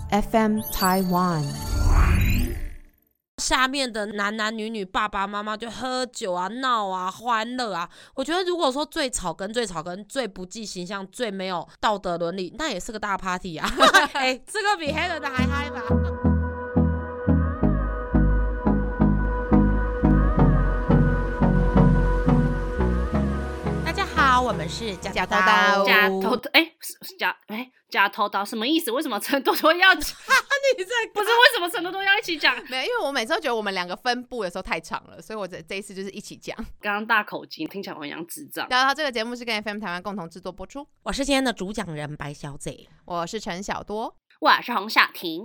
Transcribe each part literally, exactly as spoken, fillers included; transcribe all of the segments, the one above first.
F M Taiwan。 下面的男男女女爸爸妈妈就喝酒啊闹啊欢乐啊，我觉得如果说最草根最草根最不计形象最没有道德伦理，那也是个大 party 啊哎、欸，这个比黑人的还嗨吧。大家好，我们是假头刀假头刀哎假哎假头刀什么意思？为什么陈多多要讲你在不是为什么陈多多要一起讲？ 没有，因为我每次都觉得我们两个分布的时候太长了，所以我这这一次就是一起讲。 刚刚大口径听起来我很像智障。 然后这个节目是跟 F M 台湾共同制作播出。 我是今天的主讲人白小姐， 我是陈小多， 我是洪小婷。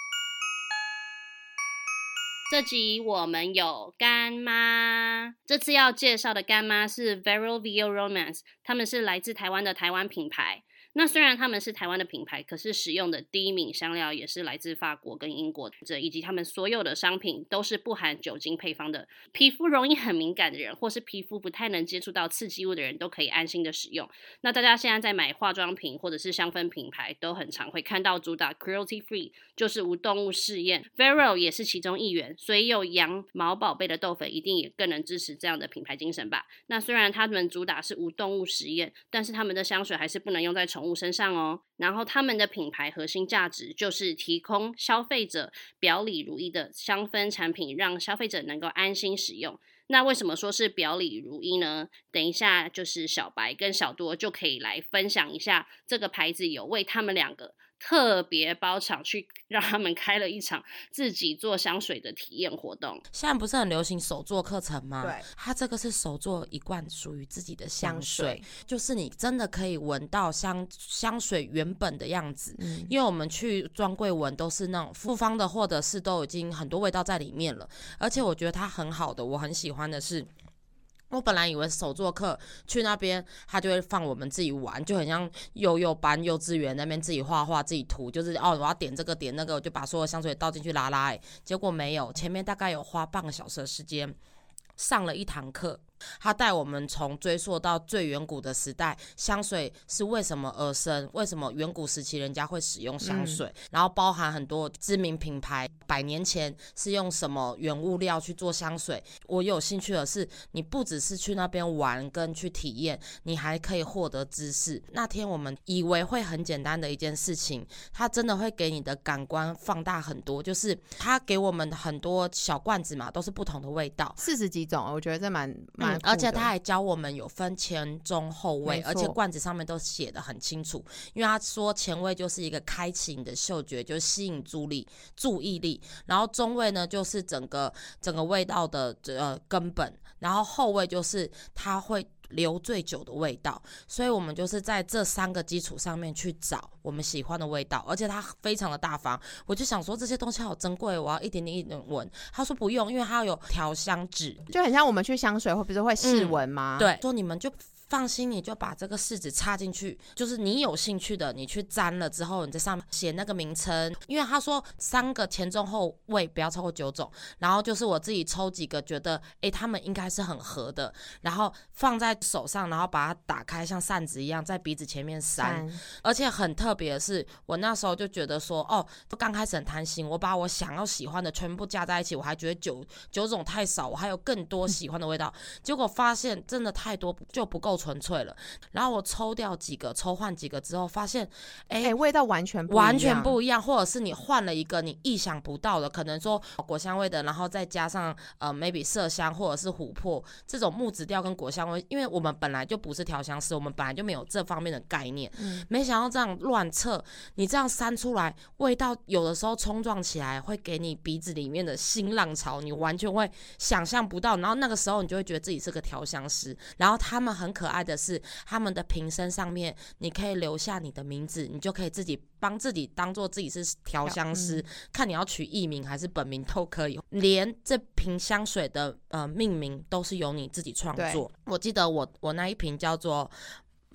这集我们有干妈，这次要介绍的干妈是 Vero Vio Romance， 他们是来自台湾的台湾品牌。那虽然他们是台湾的品牌，可是使用的低敏香料也是来自法国跟英国，这以及他们所有的商品都是不含酒精配方的。皮肤容易很敏感的人，或是皮肤不太能接触到刺激物的人，都可以安心的使用。那大家现在在买化妆品或者是香氛品牌，都很常会看到主打 cruelty free， 就是无动物试验。Vero 也是其中一员，所以有羊毛宝贝的豆粉一定也更能支持这样的品牌精神吧。那虽然他们主打是无动物实验，但是他们的香水还是不能用在宠物身上哦。然后他们的品牌核心价值就是提供消费者表里如一的香氛产品，让消费者能够安心使用。那为什么说是表里如一呢？等一下就是小白跟小多就可以来分享一下，这个牌子有为他们两个特别包场，去让他们开了一场自己做香水的体验活动。 现在不是很流行手作课程吗？ 对， 它这个是手做一罐属于自己的香水， 香水就是你真的可以闻到香香水原本的样子、嗯、因为我们去专柜闻都是那种复方的，或者是都已经很多味道在里面了。而且我觉得它很好的，我很喜欢的是，我本来以为手作课去那边他就会放我们自己玩，就很像幼幼班幼稚园那边自己画画自己涂，就是哦我要点这个点那个，我就把所有香水倒进去拉拉、欸、结果没有，前面大概有花半个小时的时间上了一堂课，他带我们从追溯到最远古的时代，香水是为什么而生，为什么远古时期人家会使用香水、嗯、然后包含很多知名品牌百年前是用什么原物料去做香水。我有兴趣的是，你不只是去那边玩跟去体验，你还可以获得知识。那天我们以为会很简单的一件事情，它真的会给你的感官放大很多，就是它给我们很多小罐子嘛，都是不同的味道， 四十几种，我觉得这蛮蛮、嗯、 而且他还教我们有分前中后味，而且罐子上面都写得很清楚，因为他说前味就是一个开启你的嗅觉，就是吸引注意注意力，然后中味呢就是整个整个味道的呃根本，然后后味就是它会留最久的味道。所以我们就是在这三个基础上面去找我们喜欢的味道，而且它非常的大方。我就想说这些东西好珍贵，我要一点点一点闻。他说不用，因为它有调香纸， 就很像我们去香水会不是会试闻吗、 嗯、对，说你们就放心，你就把这个试纸插进去，就是你有兴趣的你去沾了之后，你在上面写那个名称。因为他说三个前中后味不要超过九种，然后就是我自己抽几个觉得诶他们应该是很合的，然后放在手上，然后把它打开像扇子一样在鼻子前面扇。而且很特别的是，我那时候就觉得说哦，刚开始很贪心，我把我想要喜欢的全部加在一起，我还觉得九九种太少，我还有更多喜欢的味道、嗯、结果发现真的太多就不够纯粹了。然后我抽掉几个抽换几个之后发现哎、 欸欸，味道完全不一样完全不一样，或者是你换了一个你意想不到的，可能说果香味的，然后再加上呃 maybe 麝香或者是琥珀这种木质调跟果香味，因为我们本来就不是调香师，我们本来就没有这方面的概念、嗯、没想到这样乱测，你这样删出来味道有的时候冲撞起来会给你鼻子里面的新浪潮，你完全会想象不到，然后那个时候你就会觉得自己是个调香师。然后他们很可爱的是，他们的瓶身上面你可以留下你的名字，你就可以自己帮自己当做自己是调香师、嗯、看你要取艺名还是本名都可以，连这瓶香水的、呃、命名都是由你自己创作。我记得我我那一瓶叫做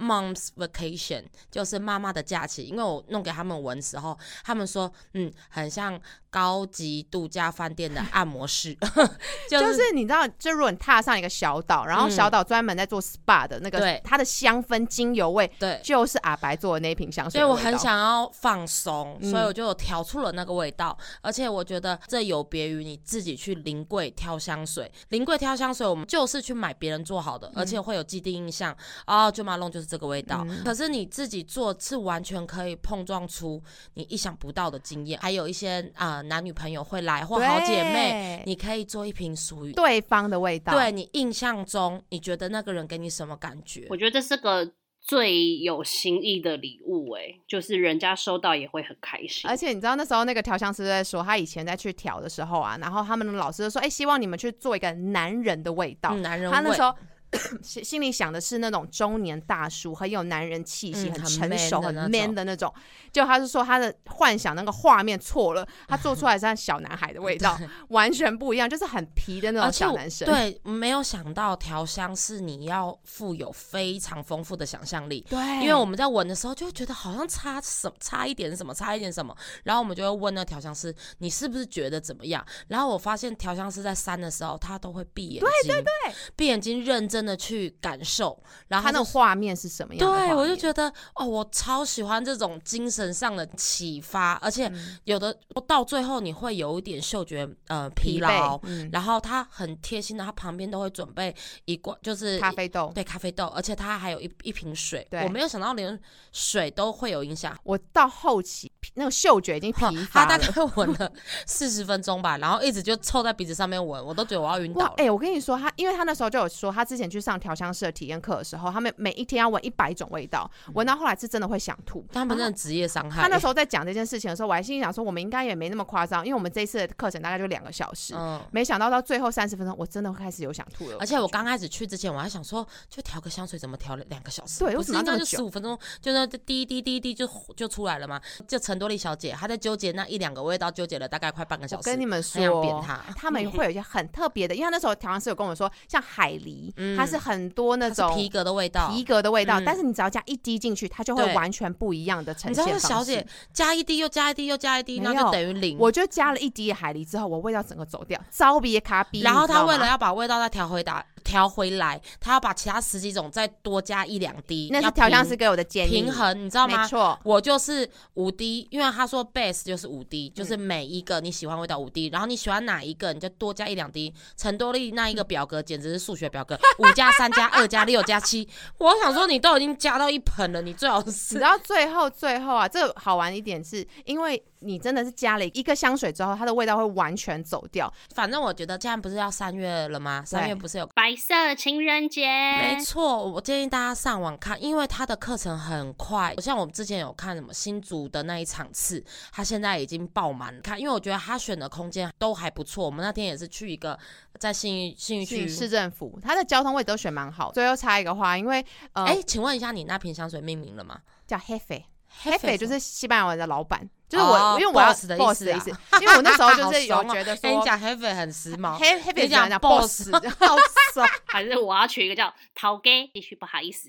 mom's vacation， 就是妈妈的假期，因为我弄给他们闻的时候，他们说嗯很像高级度假饭店的按摩室， 就是、就是你知道，就如果你踏上一个小岛，然后小岛专门在做 S P A 的那个， 嗯、 它的香氛精油味， 对， 就是阿白做的那瓶香水的味道， 所以我很想要放松， 嗯、 所以我就有调出了那个味道，而且我觉得这有别于你自己去临柜挑香水，临柜挑香水我们就是去买别人做好的，嗯、而且会有既定印象，哦 Jo Malone 就是这个味道，嗯、可是你自己做是完全可以碰撞出你意想不到的经验，还有一些啊、呃、男女朋友会来或好姐妹，你可以做一瓶属于对方的味道， 对你印象中你觉得那个人给你什么感觉？ 我觉得这是个最有心意的礼物，哎，就是人家收到也会很开心。 而且你知道那时候那个调香师在说，他以前在去调的时候啊，然后他们的老师就说，哎、欸，希望你们去做一个男人的味道， 嗯、男人味。 他那时候心里想的是那种中年大叔，很有男人气息、嗯，很成熟、很 man 的那种。就他是说他的幻想那个画面错了，他做出来是像小男孩的味道，完全不一样，就是很皮的那种小男生。 对，没有想到调香是你要富有非常丰富的想象力。 对， 因为我们在闻的时候就会觉得好像差什么，差一点什么，差一点什么，然后我们就会问那调香师，你是不是觉得怎么样？然后我发现调香师在扇的时候，他都会闭眼睛， 对对对， 闭眼睛认真的去感受，然后他那画面是什么样的画面？ 对，我就觉得哦，我超喜欢这种精神上的启发，而且有的、嗯、到最后你会有一点嗅觉呃疲劳、嗯，然后他很贴心的，他旁边都会准备一罐就是咖啡豆， 对，咖啡豆，而且他还有一一瓶水，我没有想到连水都会有影响。 我到后期那个嗅觉已经疲乏了， 他大概闻了四十分钟吧，然后一直就凑在鼻子上面闻，我都觉得我要晕倒了。 哎、欸，我跟你说，他因为他那时候就有说，他之前去上调香师的体验课的时候，他们每一天要闻一百种味道，闻到后来是真的会想吐。 他们真的职业伤害。 他那时候在讲这件事情的时候，我还心里想说，我们应该也没那么夸张，因为我们这一次的课程大概就两个小时，嗯，没想到到最后三十分钟，我真的开始有想吐了。 而且我刚开始去之前，我还想说，就调个香水怎么调两个小时？ 对， 不是应该就十五分钟，就那滴滴滴滴就就出来了吗？就陈多丽小姐她在纠结那一两个味道，纠结了大概快半个小时。 我跟你们说，他们会有一些很特别的，因为他那时候调香师有跟我说，像海狸，嗯、它是很多那种皮革的味道， 皮革的味道，嗯、但是你只要加一滴进去，它就会完全不一样的呈现方式。 你知道小姐加一滴又加一滴又加一滴，那就等于零。 我就加了一滴海狸之后，我味道整个走掉，糟别咖啡。 然后他为了要把味道再调回打调回来，他要把其他十几种再多加一两滴。 那是调香师给我的建议， 平衡，你知道吗？ 没错， 我就是五滴，因为他说 base 就是五滴，就是每一个你喜欢味道五滴，然后你喜欢哪一个你就多加一两滴。陈多丽那一个表格简直是数学表格，五加三加二加六加七。我想说你都已经加到一盆了，你最好是。 你知道最后最后啊，这个好玩一点是因为你真的是加了一个香水之后，它的味道会完全走掉。 反正我觉得，既然不是要三月了吗？三月不是有白色情人节？ 没错，我建议大家上网看，因为他的课程很快。像我们之前有看什么新竹的那一场次，他现在已经爆满了。看，因为我觉得他选的空间都还不错。我们那天也是去一个在信义信义区市政府，他的交通位置都选蛮好。最后插一个话，因为呃， 哎，请问一下，你那瓶香水命名了吗？ 叫 Hefe。Hefe 就是西班牙文的老板，就是我， 哦、 因为我要 boss 的意思、啊， boss 的意思，因为我那时候就是有觉得说， 欸、你讲 Hefe 很时髦 ，Hefe 讲讲 boss， 好爽， 还是我要取一个叫陶给，必须不好意思。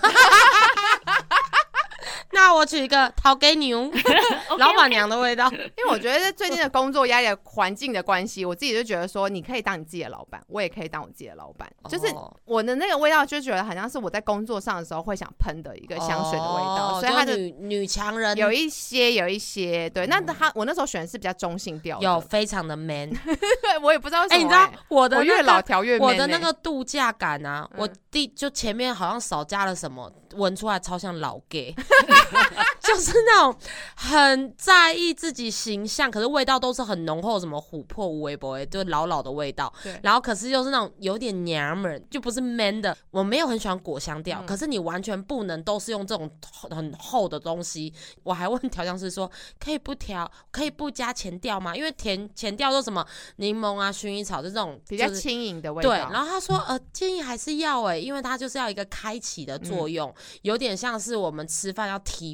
那我取一个陶给牛老板娘的味道， 因为我觉得最近的工作压力的环境的关系，我自己就觉得说，你可以当你自己的老板，我也可以当我自己的老板，哦、就是我的那个味道，就觉得好像是我在工作上的时候会想喷的一个香水的味道，哦、 所以它的女女强人有一些有一些对，那他我那时候选的是比较中性调的， 有非常的 man， 我也不知道为什么、欸， 哎、欸，你知道我的、那个、 我越老调越 man，、欸、 我的那个度假感啊，嗯、我第就前面好像少加了什么，闻出来超像老 gay。就是那种很在意自己形象，可是味道都是很浓厚，什么琥珀无微博，就老老的味道。然后可是又是那种有点娘们，就不是 man 的。我没有很喜欢果香调、嗯，可是你完全不能都是用这种很厚的东西。我还问调香师说，可以不调，可以不加前调吗？因为前前调都什么柠檬啊、薰衣草，就这种、就是、 比较轻盈的味道。 对，然后他说呃建议还是要哎、欸，因为它就是要一个开启的作用、嗯，有点像是我们吃饭要提味的作用。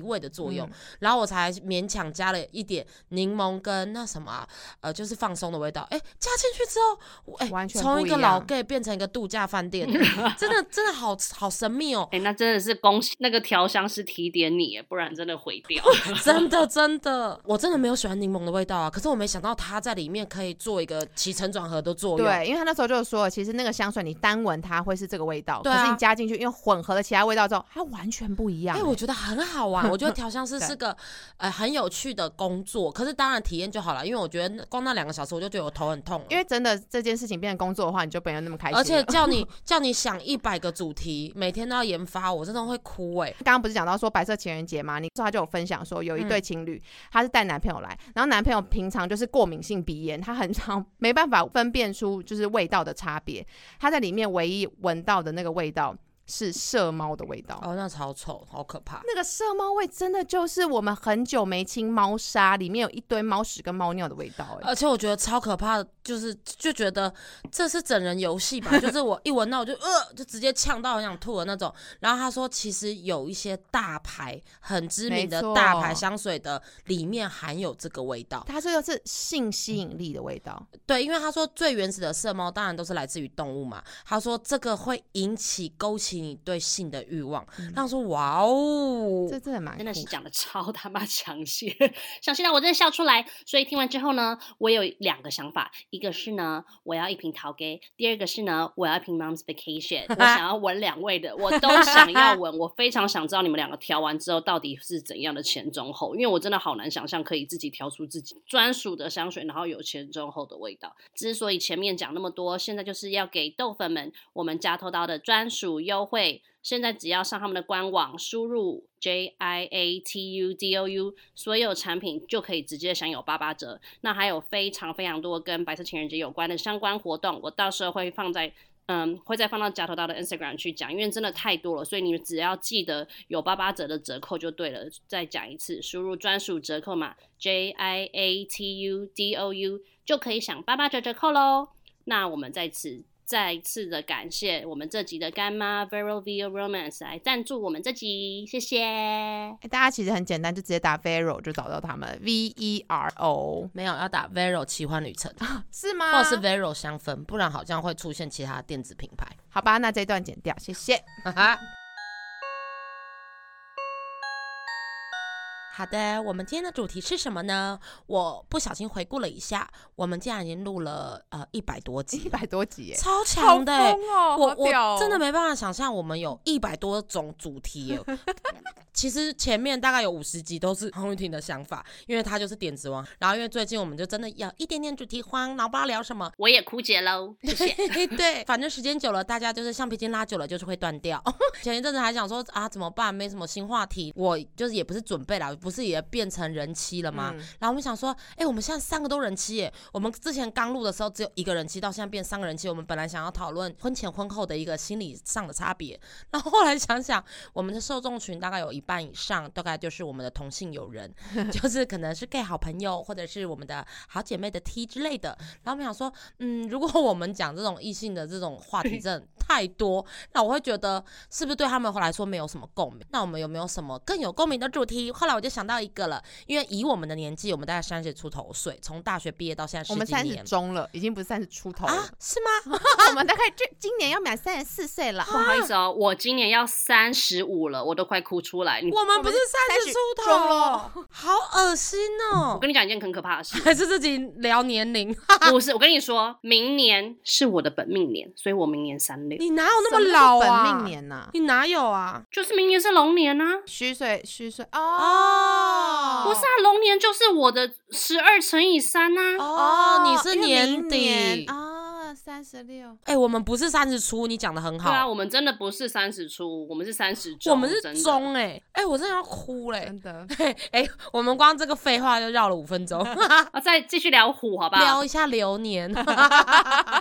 作用， 嗯、 然后我才勉强加了一点柠檬跟那什么、啊、呃就是放松的味道，哎，加进去之后，哎，从一个老 gay 变成一个度假饭店，真的真的好好神秘哦， 哎，那真的是恭喜那个调香师提点你，不然真的毁掉， 真的真的，我真的没有喜欢柠檬的味道啊，可是我没想到它在里面可以做一个起承转合的作用， 对，因为他那时候就说，其实那个香水你单闻它会是这个味道， 对啊、 可是你加进去，因为混合了其他味道之后，它完全不一样。 哎、欸，我觉得很好玩，我觉得调香师是个呃很有趣的工作，可是当然体验就好了，因为我觉得光那两个小时我就觉得我头很痛了， 因为真的这件事情变成工作的话，你就没有那么开心了， 而且叫你叫你想一百个主题，每天都要研发，我真的会哭哎、欸。 刚刚不是讲到说白色情人节吗？你说他就有分享说有一对情侣，嗯、他是带男朋友来，然后男朋友平常就是过敏性鼻炎，他很常没办法分辨出就是味道的差别，他在里面唯一闻到的那个味道是麝猫的味道哦，那超臭，好可怕。 那个麝猫味真的就是我们很久没清猫砂，里面有一堆猫屎跟猫尿的味道、欸。 而且我觉得超可怕的，就是就觉得这是整人游戏吧，就是我一闻到我就呃就直接呛到很想吐的那种。然后他说，其实有一些大牌很知名的大牌香水的里面含有这个味道， 它这个是性吸引力的味道。 对，因为他说最原始的麝猫当然都是来自于动物嘛，他说这个会引起勾起你对性的欲望，嗯、他说哇哦， 这真的蛮真的是讲的超他妈详细，详细到我真的笑出来。所以听完之后呢，我有两个想法，一个是呢，我要一瓶陶给，第二个是呢，我要一瓶 Mom's Vacation， 我想要闻两味的，我都想要闻，我非常想知道你们两个调完之后到底是怎样的前中后，因为我真的好难想象可以自己调出自己专属的香水，然后有前中后的味道。之所以前面讲那么多，现在就是要给豆粉们我们加头刀的专属优惠。现在只要上他们的官网输入 J I A T U D O U， 所有产品就可以直接享有八八折。那还有非常非常多跟白色情人节有关的相关活动，我到时候会放在嗯，会再放到夹头刀的 Instagram 去讲，因为真的太多了，所以你们只要记得有八八折的折扣就对了。再讲一次，输入专属折扣码 J I A T U D O U 就可以享八八折折扣咯。那我们在此再次的感谢我们这集的干妈 Vero Vio Romance 来赞助我们这集，谢谢、欸、 大家其实很简单，就直接打 Vero 就找到他们 V E R O， 没有要打 Vero 奇幻旅程是吗？ 或者是 Vero 香氛，不然好像会出现其他电子品牌。 好吧，那这一段剪掉，谢谢好的，我们今天的主题是什么呢？我不小心回顾了一下，我们竟然已经录了呃一百多集， 一百多集耶， 超强的耶！ 好疯哦， 我好屌哦， 我真的没办法想象我们有一百多种主题耶。其实前面大概有五十集都是洪玉婷的想法，因为他就是点子王。然后因为最近我们就真的有一点点主题荒，然后不知道聊什么， 我也枯竭喽，谢谢。 对，反正时间久了，大家就是橡皮筋拉久了就是会断掉。前一阵子还想说啊怎么办，没什么新话题，我就是也不是准备啦，不是也变成人妻了吗？嗯、然后我们想说，哎、欸，我们现在三个都人妻耶。我们之前刚录的时候只有一个人妻，到现在变三个人妻。我们本来想要讨论婚前婚后的一个心理上的差别，然后后来想想，我们的受众群大概有一半以上，大概就是我们的同性友人，就是可能是 gay 好朋友，或者是我们的好姐妹的 T 之类的。然后我们想说，嗯，如果我们讲这种异性的这种话题真的太多，那我会觉得是不是对他们来说没有什么共鸣？那我们有没有什么更有共鸣的主题？后来我就想到一个了，因为以我们的年纪，我们大概三十出头岁，从大学毕业到现在十几年， 我们三十中了，已经不是三十出头了啊？是吗？ 我们大概就今年要满三十四岁了。 不好意思哦，我今年要三十五了，我都快哭出来。 我们不是三十出头了，好恶心哦！ 我跟你讲一件很可怕的事， 还是自己聊年龄？ 不是，我跟你说，明年是我的本命年，所以我明年三六。 你哪有那么老啊？ 本命年啊？ 你哪有啊？ 就是明年是龙年啊， 虚岁虚岁哦。 哦不是啊，龙年就是我的十二乘以三啊。 哦，你是年底啊，三十六。 哎，我们不是三十出，你讲的很好。 对啊，我们真的不是三十出，我们是三十中。 我们是中哎、欸，哎、欸，我真的要哭嘞、欸， 真的。 哎、欸，我们光这个废话就绕了五分钟。 啊，再继续聊虎好不好？ 聊一下流年。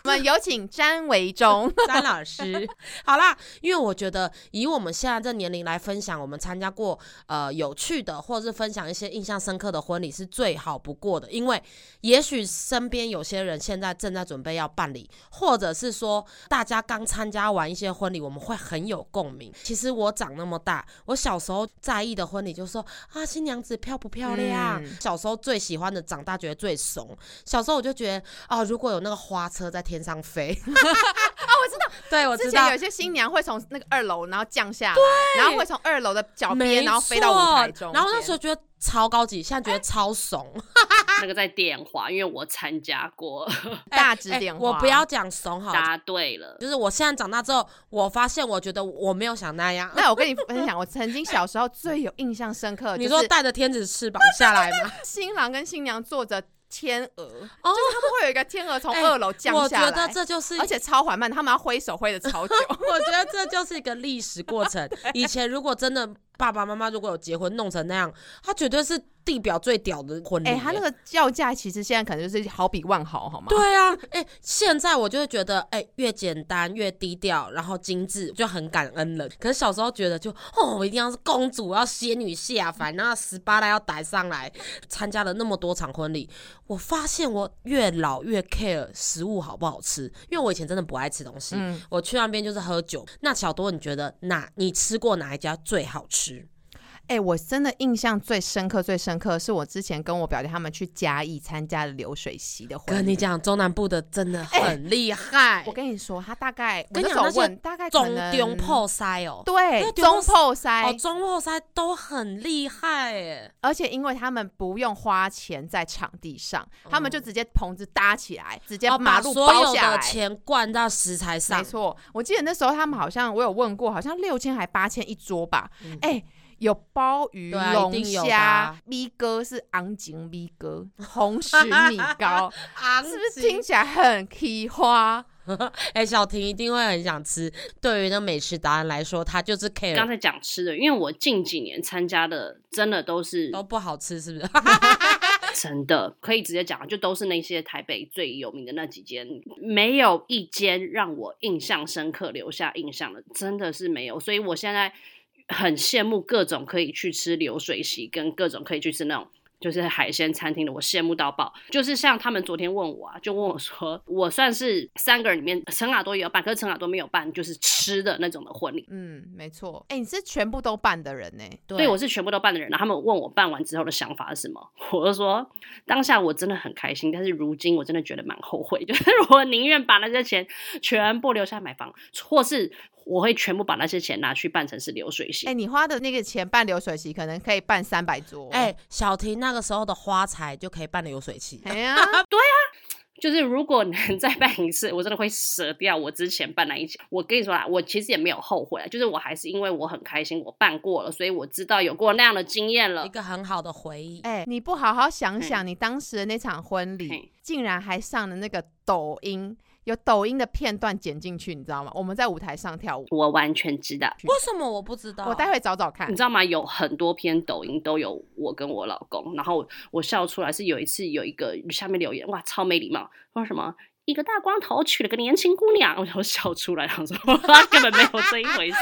我们有请詹维忠詹老师。好啦，因为我觉得以我们现在这年龄来分享我们参加过呃有趣的或是分享一些印象深刻的婚礼是最好不过的，因为也许身边有些人现在正在准备要办理，或者是说大家刚参加完一些婚礼，我们会很有共鸣。其实我长那么大，我小时候在意的婚礼就是说啊新娘子漂不漂亮、嗯、小时候最喜欢的，长大觉得最怂。小时候我就觉得啊，如果有那个花车在天上飞啊， 我知道， 对，我知道之前有些新娘会从那个二楼然后降下来，然后会从二楼的脚边然后飞到舞台中， 然后那时候觉得超高级，现在觉得超怂。 那个在电话，因为我参加过大直电话、欸欸、我不要讲怂好， 答对了。 就是我现在长大之后，我发现我觉得我没有想那样。 那我跟你分享，我曾经小时候最有印象深刻的、就是， 你说带着天使翅膀下来吗？ 新郎跟新娘坐着天鹅，哦、就是他们会有一个天鹅从二楼降下来、 欸，我觉得这就是， 而且超缓慢，他们要挥手挥的超久。 我觉得这就是一个历史过程。以前如果真的爸爸妈妈如果有结婚弄成那样，他绝对是地表最屌的婚礼。哎、 欸，他那个要价其实现在可能就是好比万豪，好吗？ 对啊，哎、欸，现在我就会觉得，哎、欸，越简单越低调，然后精致，就很感恩了。可是小时候觉得就，哦，我一定要是公主，要仙女下凡，然后十八代要逮上来。参加了那么多场婚礼，我发现我越老越 care 食物好不好吃，因为我以前真的不爱吃东西，嗯、我去那边就是喝酒。那小多，你觉得哪你吃过哪一家最好吃？ 哎、欸，我真的印象最深刻最深刻是我之前跟我表弟他们去嘉义参加的流水席的婚礼。 跟你讲，中南部的真的很厉害、 欸。我跟你说，他大概跟你讲那些大概中中破塞哦， 对，中破塞哦，中破塞都很厉害耶。 而且因为他们不用花钱在场地上，嗯、他们就直接棚子搭起来，直接马路包下来， 把所有的钱灌到食材上。 没错，我记得那时候他们好像我有问过，好像六千还八千一桌吧。哎、嗯。欸有鲍鱼、龙虾、米糕是昂井米糕、红石米糕，是不是听起来很奇花？ 哎、欸，小婷一定会很想吃。对于那美食达人来说，他就是 care。 刚才讲吃的，因为我近几年参加的真的都是都不好吃，是不是？ 真的可以直接讲，就都是那些台北最有名的那几间，没有一间让我印象深刻、留下印象的，真的是没有。所以我现在很羡慕各种可以去吃流水席跟各种可以去吃那种就是海鲜餐厅的，我羡慕到爆。就是像他们昨天问我啊，就问我说，我算是三个人里面陈雅多也有办，可是陈雅多没有办就是吃的那种的婚礼。 嗯，没错。哎、欸，你是全部都办的人呢、欸？ 对，我是全部都办的人。然后他们问我办完之后的想法是什么，我就说当下我真的很开心，但是如今我真的觉得蛮后悔，就是我宁愿把那些钱全部留下买房，或是我会全部把那些钱拿去办成是流水席。 哎、欸，你花的那个钱办流水席，可能可以办三百桌。 哎、欸，小婷那个时候的花材就可以办流水席。 哎呀， 对啊，就是如果能再办一次，我真的会舍掉我之前办那一次。我跟你说啦，我其实也没有后悔，就是我还是因为我很开心，我办过了，所以我知道有过那样的经验了， 一个很好的回忆。 哎、欸，你不好好想想，你当时的那场婚礼，竟然还上了那个抖音。有抖音的片段剪进去，你知道吗？我们在舞台上跳舞， 我完全知道。 为什么我不知道？ 我待会找找看。 你知道吗？有很多篇抖音都有我跟我老公，然后我笑出来是有一次有一个下面留言，哇，超没礼貌，说什么一个大光头娶了个年轻姑娘，我就笑出来，然后说他根本没有这一回事。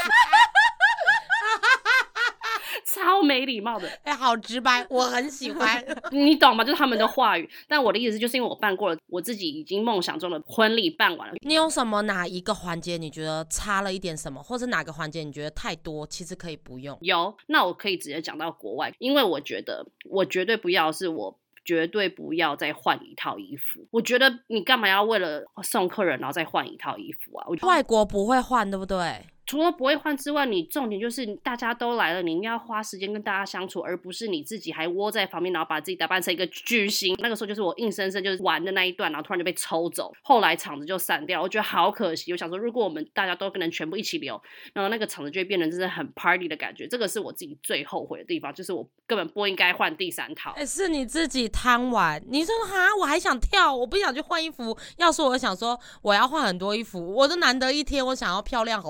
超没礼貌的， 哎、欸，好直白，我很喜欢。 你懂吗？就是他们的话语。但我的意思就是因为我办过了，我自己已经梦想中的婚礼办完了。 你有什么哪一个环节你觉得差了一点什么，或是哪个环节你觉得太多，其实可以不用？ 有，那我可以直接讲到国外，因为我觉得我绝对不要是我。绝对不要再换一套衣服，我觉得你干嘛要为了送客人然后再换一套衣服啊？ 外国不会换，对不对？ 除了不会换之外，你重点就是大家都来了，你应该要花时间跟大家相处，而不是你自己还窝在旁边，然后把自己打扮成一个巨星。那个时候就是我硬生生就是玩的那一段，然后突然就被抽走，后来场子就散掉，我觉得好可惜。我想说，如果我们大家都可能全部一起留，然后那个场子就会变成真的很 party 的感觉，这个是我自己最后悔的地方，就是我根本不应该换第三套。 欸，是你自己贪玩，你说哈，我还想跳，我不想去换衣服。要是我想说我要换很多衣服，我都难得一天，我想要漂亮好多次。 No， 可是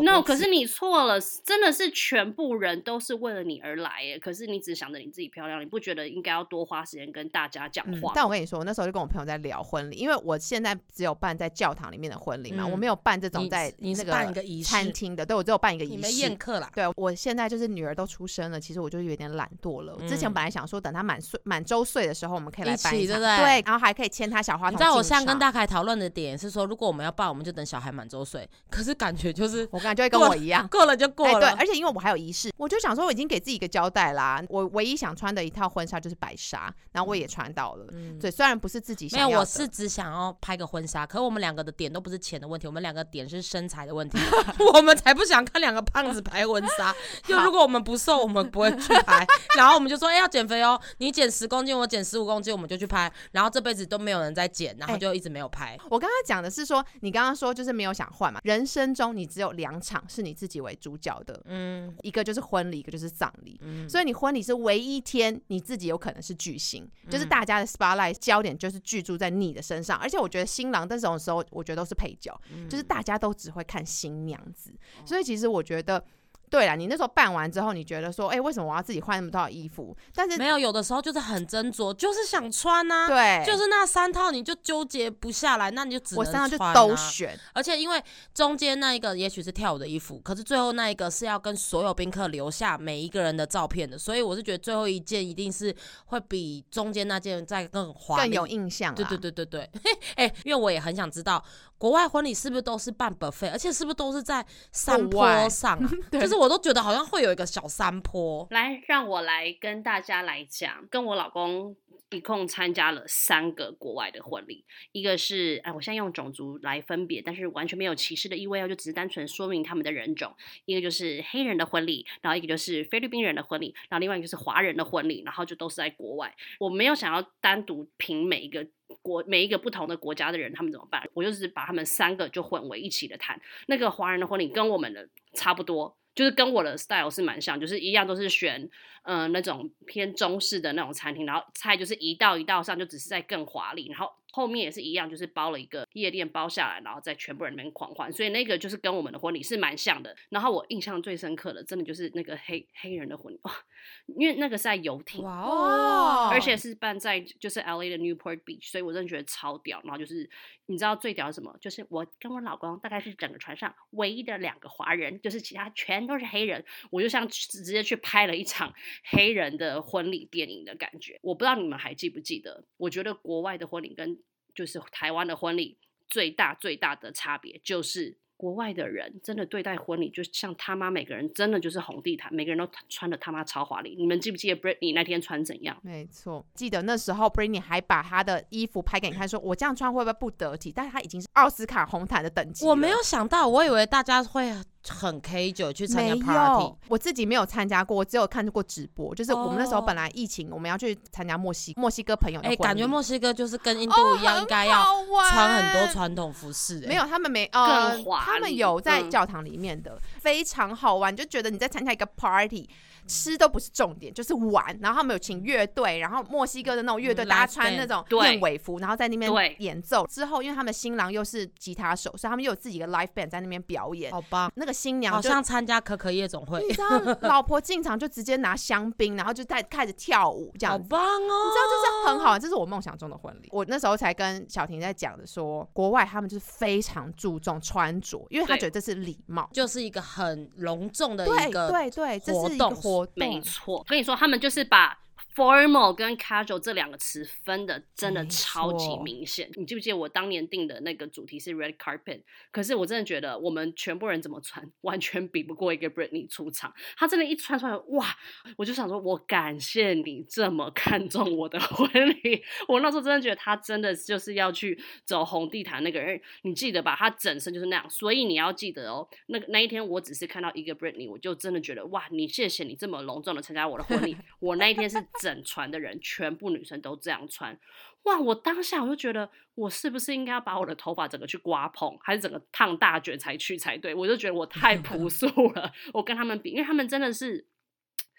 是你错了，真的是全部人都是为了你而来耶，可是你只想着你自己漂亮，你不觉得应该要多花时间跟大家讲话、 嗯、但我跟你说，我那时候就跟我朋友在聊婚礼，因为我现在只有办在教堂里面的婚礼嘛、嗯、我没有办这种在那个餐厅的，对，我只有办一个仪式， 你没宴客啦。 对，我现在就是女儿都出生了，其实我就有点懒惰了、嗯、之前本来想说等她满岁满周岁的时候我们可以来办一场， 对, 对, 对，然后还可以牵她小花童。 你知道我现在跟大凯讨论的点是说，如果我们要办我们就等小孩满周岁，可是感觉就是我感觉就会跟我一样过了就过了、 欸、对，而且因为我还有仪式，我就想说我已经给自己一个交代啦，我唯一想穿的一套婚纱就是白纱，然后我也穿到了、嗯、对，虽然不是自己想要的， 没有，我是只想要拍个婚纱，可是我们两个的点都不是钱的问题，我们两个点是身材的问题我们才不想看两个胖子拍婚纱就如果我们不瘦我们不会去拍然后我们就说哎、欸、要减肥哦，你减十公斤我减十五公斤，我们就去拍，然后这辈子都没有人在减，然后就一直没有拍、欸、 我刚刚讲的是说你刚刚说就是没有想换嘛，人生中你只有两场是你自己为主角的，嗯，一个就是婚礼，一个就是葬礼、嗯、所以你婚礼是唯一天你自己有可能是巨星、嗯、就是大家的 spotlight 焦点就是聚注在你的身上，而且我觉得新郎这种时候我觉得都是配角、嗯、就是大家都只会看新娘子、嗯、所以其实我觉得对啦，你那时候办完之后你觉得说哎、欸，为什么我要自己换那么多衣服，但是没有，有的时候就是很斟酌，就是想穿啊， 对， 就是那三套你就纠结不下来，那你就只能穿、啊、 我三套就都选， 而且因为中间那一个也许是跳舞的衣服，可是最后那一个是要跟所有宾客留下每一个人的照片的，所以我是觉得最后一件一定是会比中间那件再更华丽， 更有印象啦。 对对对对对哎、欸，因为我也很想知道国外婚礼是不是都是办 buffet， 而且是不是都是在山坡上啊就是我都觉得好像会有一个小山坡。 来，让我来跟大家来讲，跟我老公一共参加了三个国外的婚礼，一个是哎，我现在用种族来分别，但是完全没有歧视的意味哦，就只是单纯说明他们的人种。一个就是黑人的婚礼，然后一个就是菲律宾人的婚礼，然后另外一个就是华人的婚礼，然后就都是在国外。我没有想要单独评每一个国每一个不同的国家的人他们怎么办，我就是把他们三个就混为一起的谈。那个华人的婚礼跟我们的差不多，就是跟我的 style 是蛮像，就是一样都是选呃那种偏中式的那种餐厅，然后菜就是一道一道上，就只是在更华丽，然后后面也是一样，就是包了一个夜店包下来，然后在全部人那边狂欢，所以那个就是跟我们的婚礼是蛮像的。然后我印象最深刻的真的就是那个黑黑人的婚礼，哇，因为那个是在游艇， 哇哦， 而且是办在就是 L A 的 Newport Beach， 所以我真的觉得超屌。然后就是你知道最屌是什么？就是我跟我老公大概是整个船上唯一的两个华人，就是其他全都是黑人，我就像直接去拍了一场黑人的婚礼电影的感觉。我不知道你们还记不记得，我觉得国外的婚礼跟就是台湾的婚礼最大最大的差别就是国外的人真的对待婚礼就像他妈每个人真的就是红地毯，每个人都穿的他妈超华丽。你们记不记得 Britney 那天穿怎样？ 没错，记得那时候 Britney 还把她的衣服拍给你看，说我这样穿会不会不得体，但是她已经是奥斯卡红毯的等级了。 我没有想到，我以为大家会很 K 九 去参加 party， 没有，我自己没有参加过，我只有看过直播。就是我们那时候本来疫情，我们要去参加墨西墨西哥朋友的婚礼， 欸，感觉墨西哥就是跟印度一样，应该要穿很多传统服饰，欸。 没有，他们没呃， 更华丽， 他们有在教堂里面的，嗯，非常好玩，就觉得你在参加一个 party。吃都不是重点，就是玩。然后他们有请乐队，然后墨西哥的那种乐队，嗯，大家穿那种燕尾服，然后在那边演奏。之后，因为他们新郎又是吉他手，所以他们又有自己的 live band 在那边表演， 好棒。 那个新娘好像参加可可夜总会， 你知道，老婆进场就直接拿香槟，然后就在开始跳舞，这样子， 好棒哦！你知道这是很好玩，这是我梦想中的婚礼。我那时候才跟小婷在讲的说，国外他们就是非常注重穿着，因为他觉得这是礼貌， 就是一个很隆重的一个对对对，这是一个活动， 没错。我跟你说，他们就是把 formal 跟 casual 这两个词分的真的超级明显。你记不记得我当年定的那个主题是 red carpet， 可是我真的觉得我们全部人怎么穿完全比不过一个 Britney 出场。她真的一穿出来，哇，我就想说我感谢你这么看重我的婚礼。我那时候真的觉得她真的就是要去走红地毯那个人，你记得吧，她整身就是那样。所以你要记得哦，那个那一天我只是看到一个 Britney， 我就真的觉得哇，你谢谢你这么隆重的参加我的婚礼。我那一天是整船的人全部女生都这样穿，哇！我当下我就觉得我是不是应该要把我的头发整个去刮蓬，还是整个烫大卷才去才对？我就觉得我太朴素了。我跟他们比，因为他们真的是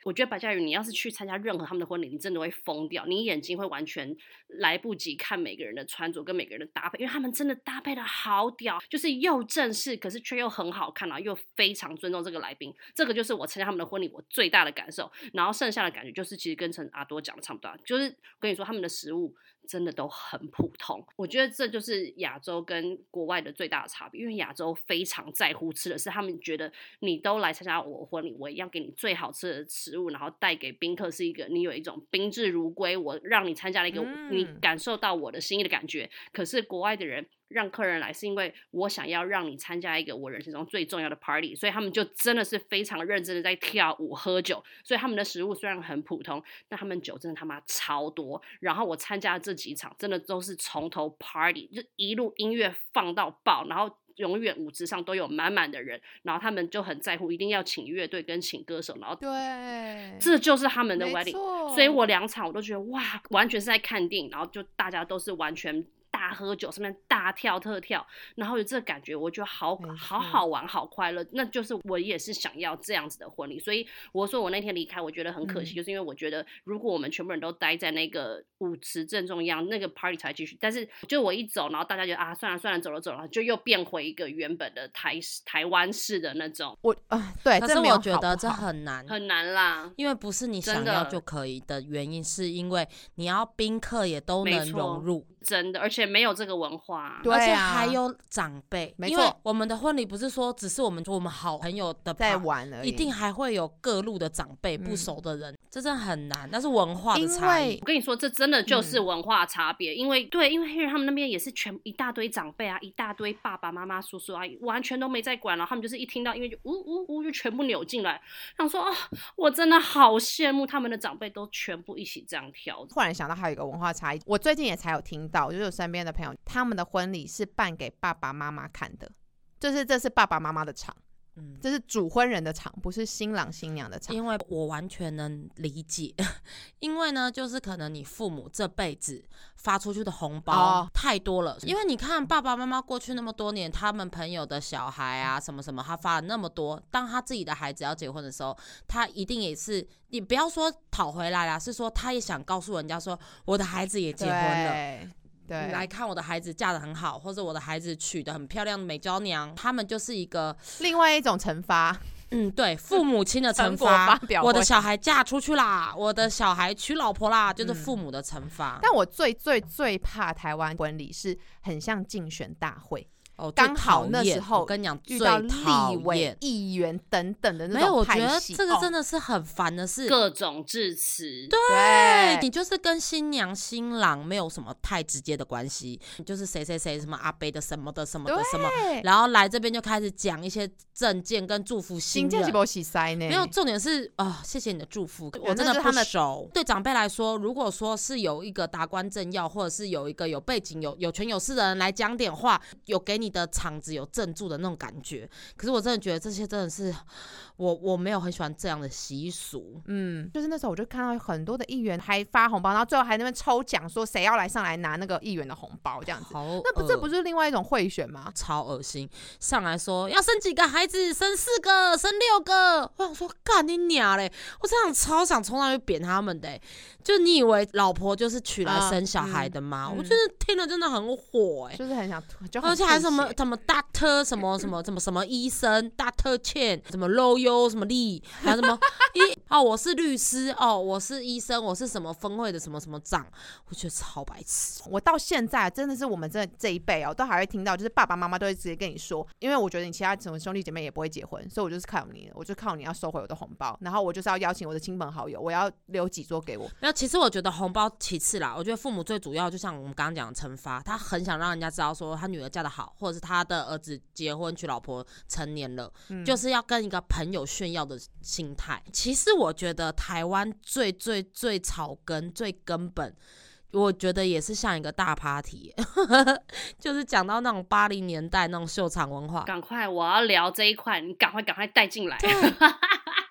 我觉得白嘉宇你要是去参加任何他们的婚礼，你真的会疯掉，你眼睛会完全来不及看每个人的穿着跟每个人的搭配，因为他们真的搭配的好屌，就是又正式可是却又很好看，然后又非常尊重这个来宾，这个就是我参加他们的婚礼我最大的感受。然后剩下的感觉就是其实跟陈阿多讲的差不多，就是我跟你说他们的食物真的都很普通，我觉得这就是亚洲跟国外的最大的差别，因为亚洲非常在乎吃的是他们觉得你都来参加我婚礼，我一样给你最好吃的食物，然后带给宾客是一个你有一种宾至如归，我让你参加了一个、嗯、你感受到我的心意的感觉。可是国外的人让客人来是因为我想要让你参加一个我人生中最重要的 party， 所以他们就真的是非常认真的在跳舞喝酒，所以他们的食物虽然很普通，但他们酒真的他妈超多。然后我参加这几场真的都是从头 party， 就一路音乐放到爆，然后永远舞池上都有满满的人，然后他们就很在乎一定要请乐队跟请歌手，然后对， 这就是他们的 wedding。 所以我两场我都觉得哇，完全是在看电影，然后就大家都是完全大喝酒，上面大跳特跳，然后有这个感觉，我觉得好好好玩，好快乐。那就是我也是想要这样子的婚礼，所以我说我那天离开，我觉得很可惜，嗯、就是因为我觉得如果我们全部人都待在那个舞池正中央，那个 party 才继续。但是就我一走，然后大家就啊，算了算了，走了走了，就又变回一个原本的台台湾式的那种。 我啊、呃，对， 可是我觉得这很难， 很难啦， 因为不是你想要就可以的原因，是因为你要宾客也都能融入， 真的，而且没有这个文化， 对啊， 而且还有长辈， 没错， 因为我们的婚礼不是说只是我们我们好朋友的在玩而已， 一定还会有各路的长辈、嗯、不熟的人，这真的很难，那是文化的差异。 我跟你说，这真的就是文化差别、嗯，因为对，因为黑人他们那边也是全一大堆长辈啊，一大堆爸爸妈妈、叔叔阿姨，完全都没在管了，他们就是一听到音乐就呜呜呜就全部扭进来，想说哦，我真的好羡慕他们的长辈都全部一起这样跳。 忽然想到还有一个文化差异，我最近也才有听到，就是我身边的朋友他们的婚礼是办给爸爸妈妈看的，就是这是爸爸妈妈的场，嗯，这是主婚人的场，不是新郎新娘的场。 因为我完全能理解，因为呢，就是可能你父母这辈子发出去的红包太多了、哦，因为你看爸爸妈妈过去那么多年，他们朋友的小孩啊，什么什么，他发了那么多，当他自己的孩子要结婚的时候，他一定也是，你不要说讨回来啦，是说他也想告诉人家说，我的孩子也结婚了。 对， 来看我的孩子嫁得很好，或者我的孩子娶得很漂亮的美娇娘，他们就是一个另外一种惩罚。 嗯，对，父母亲的惩罚。我的小孩嫁出去啦，我的小孩娶老婆啦，就是父母的惩罚、嗯。 但我最最最怕台湾婚礼是很像竞选大会。 哦， 刚好那时候我跟你讲， 遇到立委、议员等等的那种派系， 没有，我觉得这个真的是很烦的事， 各种致辞。 对，对，你就是跟新娘新郎没有什么太直接的关系，你就是谁谁谁什么阿伯的什么的什么的什么，然后来这边就开始讲一些政见跟祝福新人，没有，重点是啊、哦，谢谢你的祝福，我真的不熟。对长辈来说，如果说是有一个达官政要，或者是有一个有背景、有有权有势的人来讲点话，有给你。你的场子有镇住的那种感觉，可是我真的觉得这些真的是我我没有很喜欢这样的习俗。 嗯，就是那时候我就看到很多的议员还发红包，然后最后还那边抽奖，说谁要来上来拿那个议员的红包这样子。那不这不是另外一种贿选吗？ 超恶心！上来说要生几个孩子，生四个，生六个。我想说干你娘嘞！我真的超想冲上去扁他们的、欸。就你以为老婆就是娶来生小孩的吗？呃嗯、我就是听了真的很火哎、欸， 就是很想，就而且还什么什么 doctor 什么什么什么什么医生 doctor Chen 什么 lawyer 什么力，还有什么医哦我是律师哦我是医生我是什么分会的什么什么长，我觉得超白痴。 我到现在真的是我们这这一辈哦，都还会听到，就是爸爸妈妈都会直接跟你说，因为我觉得你其他什么兄弟姐妹也不会结婚，所以我就是靠你了，我就靠你要收回我的红包，然后我就是要邀请我的亲朋好友，我要留几桌给我。 其实我觉得红包其次啦，我觉得父母最主要就像我们刚刚讲的惩罚，他很想让人家知道说他女儿嫁得好，或者是他的儿子结婚娶老婆成年了、嗯、就是要跟一个朋友炫耀的心态。其实我觉得台湾最最最草根最根本，我觉得也是像一个大 party 就是讲到那种八零年代那种秀场文化。 赶快我要聊这一块，你赶快赶快带进来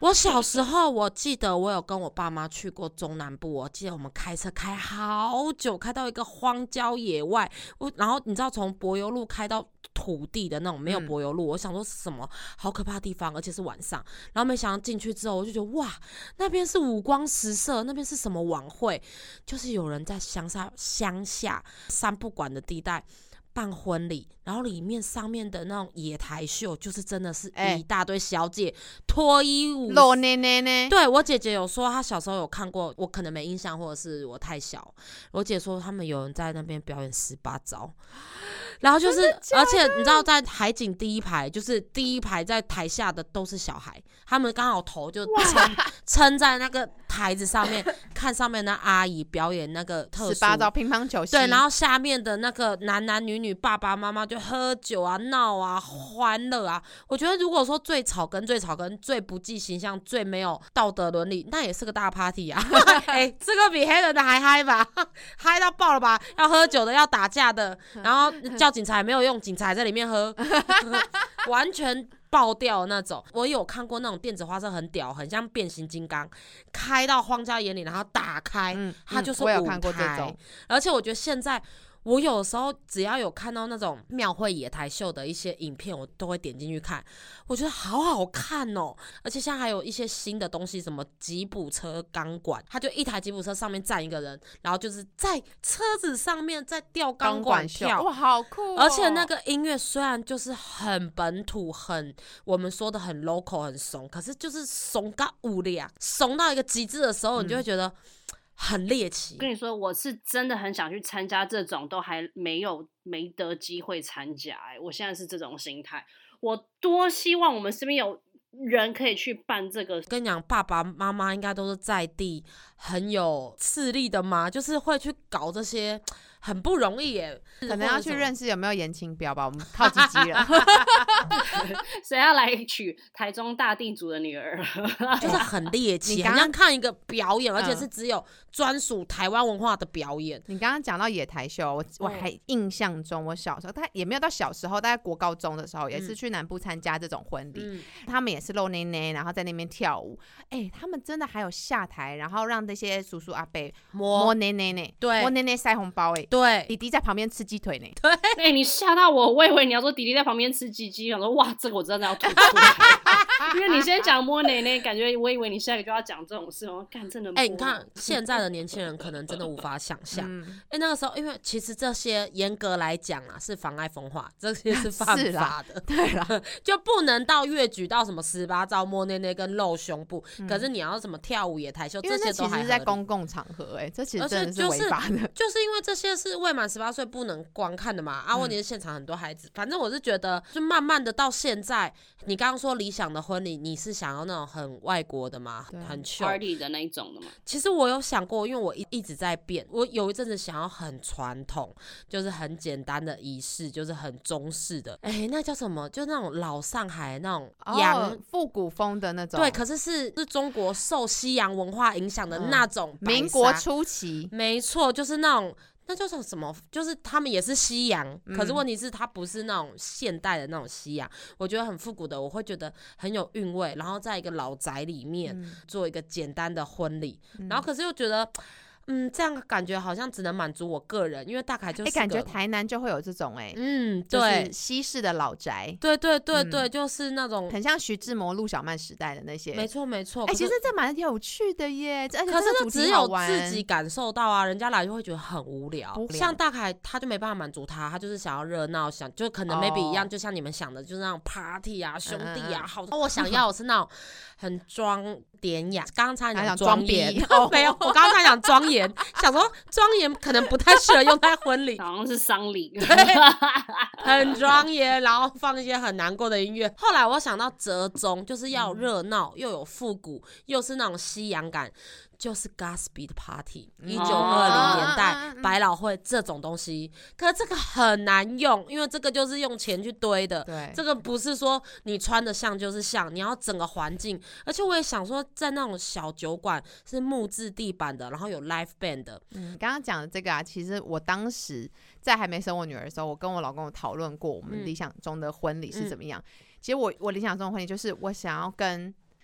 我小时候我记得我有跟我爸妈去过中南部，我记得我们开车开好久，开到一个荒郊野外，我然后你知道从柏油路开到土地的那种没有柏油路、嗯、我想说是什么好可怕的地方，而且是晚上，然后没想到进去之后我就觉得哇，那边是五光十色，那边是什么晚会，就是有人在乡下乡下三不管的地带办婚礼，然后里面上面的那种野台秀，就是真的是一大堆小姐脱衣舞， 露奶奶呢。 对，我姐姐有说，她小时候有看过，我可能没印象，或者是我太小。我姐说他们有人在那边表演十八招，然后就是，而且你知道，在海景第一排，就是第一排在台下的都是小孩，他们刚好头就撑撑在那个台子上面，看上面的阿姨表演那个特殊十八招乒乓球戏， 对，然后下面的那个男男女女爸爸妈妈就喝酒啊、闹啊、欢乐啊。我觉得如果说最草根、最草根、最不计形象、最没有道德伦理，那也是个大 party 啊！哎、欸，这个比黑人的还嗨吧，嗨到爆了吧？要喝酒的，要打架的，然后叫警察也没有用，警察还在里面喝，完全爆掉那种。我有看过那种电子花车很屌，很像变形金刚，开到荒郊野岭，然后打开，嗯、它就是舞台、嗯。我有看过这种，而且我觉得现在。我有时候只要有看到那种庙会野台秀的一些影片，我都会点进去看，我觉得好好看哦。而且现在还有一些新的东西，什么吉普车钢管，它就一台吉普车上面站一个人，然后就是在车子上面在吊钢管跳， 哇，好酷哦！ 而且那个音乐虽然就是很本土，很我们说的很 local 很怂，可是就是怂到无力啊，怂到一个极致的时候，你就会觉得。嗯很猎奇。 跟你说，我是真的很想去参加这种，都还没有没得机会参加、欸。我现在是这种心态，我多希望我们身边有人可以去办这个。 跟你讲，爸爸妈妈应该都是在地很有势力的嘛，就是会去搞这些。很不容易耶， 可能要去认识有没有颜清标吧，我们靠鸡鸡了。 谁要来娶台中大地主的女儿？ 就是很猎奇，很像看一个表演，而且是只有专属台湾文化的表演。 你刚刚讲到野台秀，我我还印象中，我小时候，他也没有到小时候，大概国高中的时候，也是去南部参加这种婚礼，嗯、他们也是露内内，然后在那边跳舞。哎、欸，他们真的还有下台，然后让那些叔叔阿伯摸摸内内呢， 对， 摸内内塞红包，哎。 对， 弟弟在旁边吃鸡腿呢。 对， 哎、欸，你吓到我，我以为你要说弟弟在旁边吃鸡鸡，我说哇，这个我真的要吐出来。因为你先讲摸奶奶，感觉我以为你下一个就要讲这种事，我干真的。 哎、欸，你看现在的年轻人可能真的无法想象。哎、嗯欸，那个时候，因为其实这些严格来讲啊，是妨碍风化，这些是犯法的。 对啦， 就不能到越举到什么十八招摸奶奶跟露胸部、嗯。可是你要什么跳舞野台秀，这些都还其实在公共场合、欸，哎，这其实真的是违法的。 就是因为这些是未满十八岁不能观看的嘛。啊，问题是现场很多孩子，反正我是觉得，就慢慢的到现在，你刚刚说理想的婚礼，你是想要那种很外国的嘛，很 party 的那一种的嘛？ 其实我有想过，因为我一一直在变，我有一阵子想要很传统，就是很简单的仪式，就是很中式的，哎、欸，那叫什么？就那种老上海那种洋复、哦、古风的那种， 对，可是是是中国受西洋文化影响的那种、嗯， 民国初期， 没错，就是那种。那就是什么？就是他们也是西洋、嗯，可是问题是它不是那种现代的那种西洋，我觉得很复古的，我会觉得很有韵味。然后在一个老宅里面、嗯、做一个简单的婚礼、嗯，然后可是又觉得。嗯，这样感觉好像只能满足我个人，因为大概就是哎、欸，感觉台南就会有这种哎、欸， 嗯，对， 就是西式的老宅， 对对对对、嗯，就是那种很像徐志摩、陆小曼时代的那些， 没错没错。 哎、欸，其实这蛮有趣的耶，而且可是这只有自己感受到啊，人家来就会觉得很无聊。像大凯他就没办法满足他，他就是想要热闹，想就可能 maybe 一样，哦、就像你们想的，就是那种 party 啊，兄弟啊，嗯、好。我想要的是那种很装典雅，刚刚差点讲庄严，没有，我刚刚才讲庄严，想说。庄严可能不太适合用在婚礼， 好像是丧礼， 对，很庄严，然后放一些很难过的音乐。后来我想到折中，就是要热闹、嗯，又有复古，又是那种西洋感。就是 Gatsby 的 Party， 一九二零年代、哦、百老汇这种东西，可是这个很难用，因为这个就是用钱去堆的， 对， 这个不是说你穿的像就是像，你要整个环境，而且我也想说，在那种小酒馆是木质地板的，然后有 live band 的。 嗯，刚刚讲的这个啊，其实我当时在还没生我女儿的时候，我跟我老公有讨论过我们理想中的婚礼是怎么样。嗯、其实我我理想中的婚礼就是我想要跟。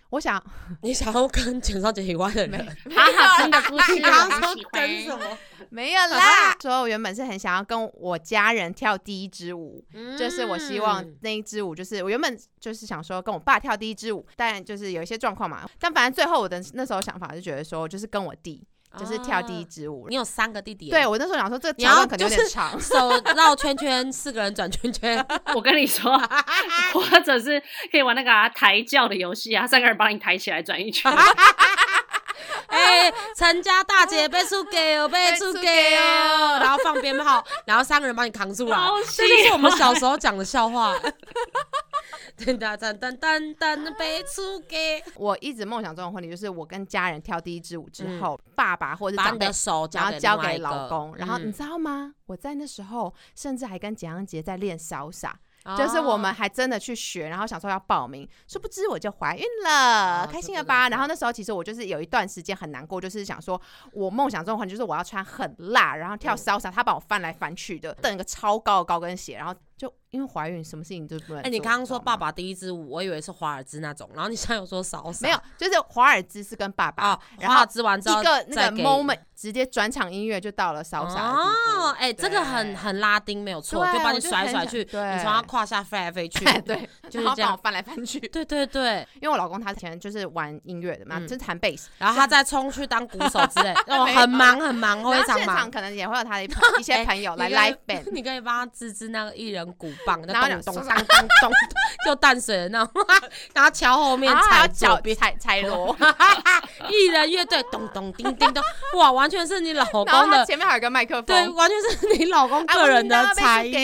我想你想要跟简少杰以外的人， 哈哈，真的不是， 你刚刚说我很喜跟什欢。 么？ 没有啦，所以我原本是很想要跟我家人跳第一支舞， 嗯就是我希望那一支舞，就是我原本就是想说跟我爸跳第一支舞，但就是有一些状况嘛，但反正最后我的那时候想法是觉得说，就是跟我弟。就是跳第一支舞、 啊，你有三个弟弟， 对我那时候想说这个桥段可能有点长， 就是、手绕圈圈，四个人转圈圈。 我跟你说，或者是可以玩那个、啊、抬轿的游戏啊，三个人帮你抬起来转一圈。 哎、欸，陈家大姐被出给哦，被出给哦，然后放鞭炮，然后三个人帮你扛出来，这就是我们小时候讲的笑话。噔噔噔噔噔噔，被出给。 我一直梦想中的婚礼就是我跟家人跳第一支舞之后，嗯、爸爸或者长辈把你的手然后交给老公， 嗯、 然后你知道吗？我在那时候甚至还跟简阳杰在练salsa。就是我们还真的去学，然后想说要报名，殊不知我就怀孕了，哦、开心了吧？然后那时候其实我就是有一段时间很难过，就是想说我梦想中的婚礼就是我要穿很辣，然后跳salsa，他把我翻来翻去的，蹬一个超高的高跟鞋，然后就因为怀孕，什么事情都不能做。哎、 欸，你刚刚说爸爸第一支舞，我以为是华尔兹那种，然后你现在有说salsa， 没有，就是华尔兹是跟爸爸， 哦、华尔兹完之后一个那个 moment 直接转场音乐就到了salsa的地步。 哦，哎、欸，这个很很拉丁没有错，就把你甩甩去，你从他胯下飞来飞去。 对， 就是这样翻来翻去。 对对对， 因为我老公他以前就是玩音乐的嘛，嗯、就是弹贝斯， 然后他再冲去当鼓手之类，哦，很忙很忙，会场忙。 现场可能也会有他的一些朋友来 live band， 你可以帮他支支那个艺人鼓棒， 然后咚咚咚咚，就淡水的那种，然后桥后面踩脚踩踩锣， 艺人乐队咚咚叮叮咚，哇，完全是你老公的， 前面还有个麦克风， 对，完全是你老公个人的才艺，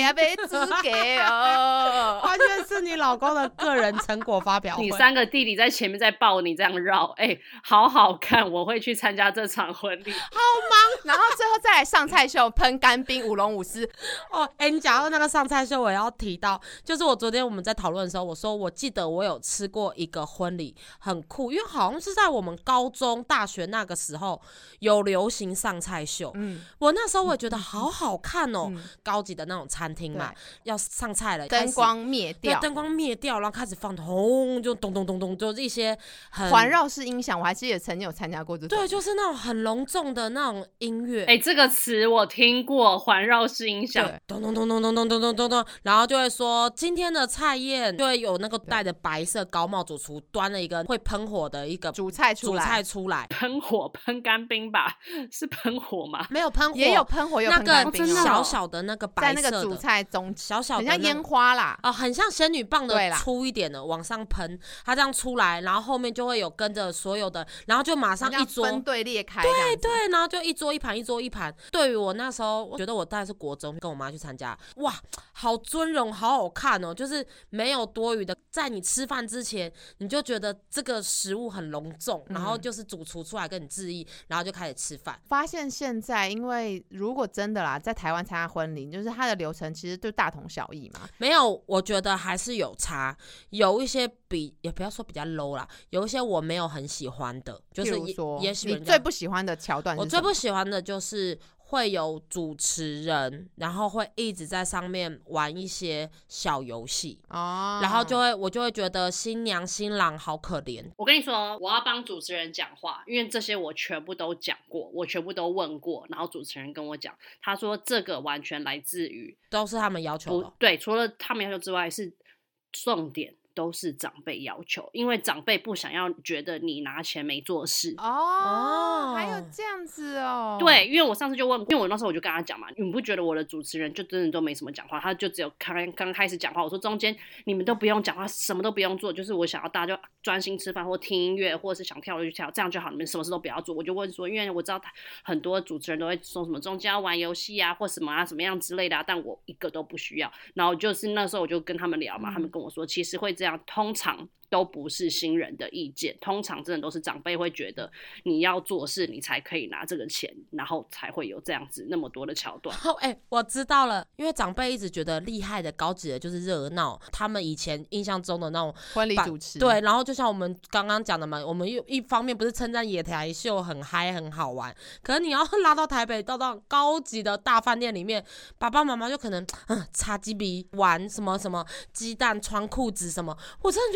哦， 完全是你老公的个人成果发表会。 你三个弟弟在前面在抱你这样绕，哎、欸，好好看，我会去参加这场婚礼，好忙。然后最后再来上菜秀，喷干冰，舞龙舞狮。 哦，哎、欸，你讲到那个上菜秀，我也要提到，就是我昨天我们在讨论的时候，我说我记得我有吃过一个婚礼，很酷，因为好像是在我们高中、大学那个时候有流行上菜秀。嗯，我那时候我也觉得好好看哦，嗯、高级的那种餐厅嘛，要上菜了， 灯光灭掉， 灯光灭掉，然后开始放轰，就咚咚咚咚，就是一些很环绕式音响。我还记得曾经有参加过这种， 对，就是那种很隆重的那种音乐。 哎、欸，这个词我听过，环绕式音响， 咚咚咚咚咚咚咚咚咚咚，然后就会说今天的菜宴就会有那个戴着白色高帽主厨端了一个会喷火的一个主菜出来， 主菜出来， 喷火喷干冰吧？是喷火吗？ 没有喷火， 也有喷火，有喷干冰、 那个小小的那个白色的， 在那个主菜中， 小小的、 那個，很像烟花啦， 哦、呃，很像仙女棒的粗一点的往上喷，它这样出来，然后后面就会有跟着所有的，然后就马上一桌分队裂开， 对对，然后就一桌一盘，一桌一盘。对于我那时候，我觉得我大概是国中跟我妈去参加，哇，好尊荣，好好看哦，就是没有多余的，在你吃饭之前，你就觉得这个食物很隆重，然后就是主厨出来跟你致意，然后就开始吃饭。 发现现在，因为如果真的啦，在台湾参加婚礼，就是它的流程其实就大同小异嘛。 没有，我觉得还是有差，有一些比也不要说比较 low 啦，有一些我没有很喜欢的，就是也说也许你最不喜欢的桥段是什么？ 我最不喜欢的就是会有主持人，然后会一直在上面玩一些小游戏哦，然后就会我就会觉得新娘新郎好可怜。 我跟你说，我要帮主持人讲话，因为这些我全部都讲过，我全部都问过，然后主持人跟我讲，他说这个完全来自于都是他们要求的， 对，除了他们要求之外，是重点都是长辈要求，因为长辈不想要觉得你拿钱没做事哦，还有这样子哦。 对，因为我上次就问，因为我那时候我就跟他讲嘛，你不觉得我的主持人就真的都没什么讲话，他就只有刚刚开始讲话，我说中间你们都不用讲话，什么都不用做，就是我想要大家就专心吃饭或听音乐，或者是想跳就去跳，这样就好，你们什么事都不要做。我就问说，因为我知道很多主持人都会说什么中间要玩游戏啊，或什么啊什么样之类的、啊，但我一个都不需要。然后就是那时候我就跟他们聊嘛，嗯、他们跟我说，其实会这样，通常都不是新人的意见，通常真的都是长辈会觉得你要做事你才可以拿这个钱，然后才会有这样子那么多的桥段。 哦，哎、欸，我知道了，因为长辈一直觉得厉害的高级的就是热闹，他们以前印象中的那种婚礼主持， 对，然后就像我们刚刚讲的嘛，我们又一方面不是称赞野台秀很嗨很好玩，可是你要拉到台北到到高级的大饭店里面，爸爸妈妈就可能嗯擦鸡鼻玩什么什么鸡蛋穿裤子什么，我真的觉得看了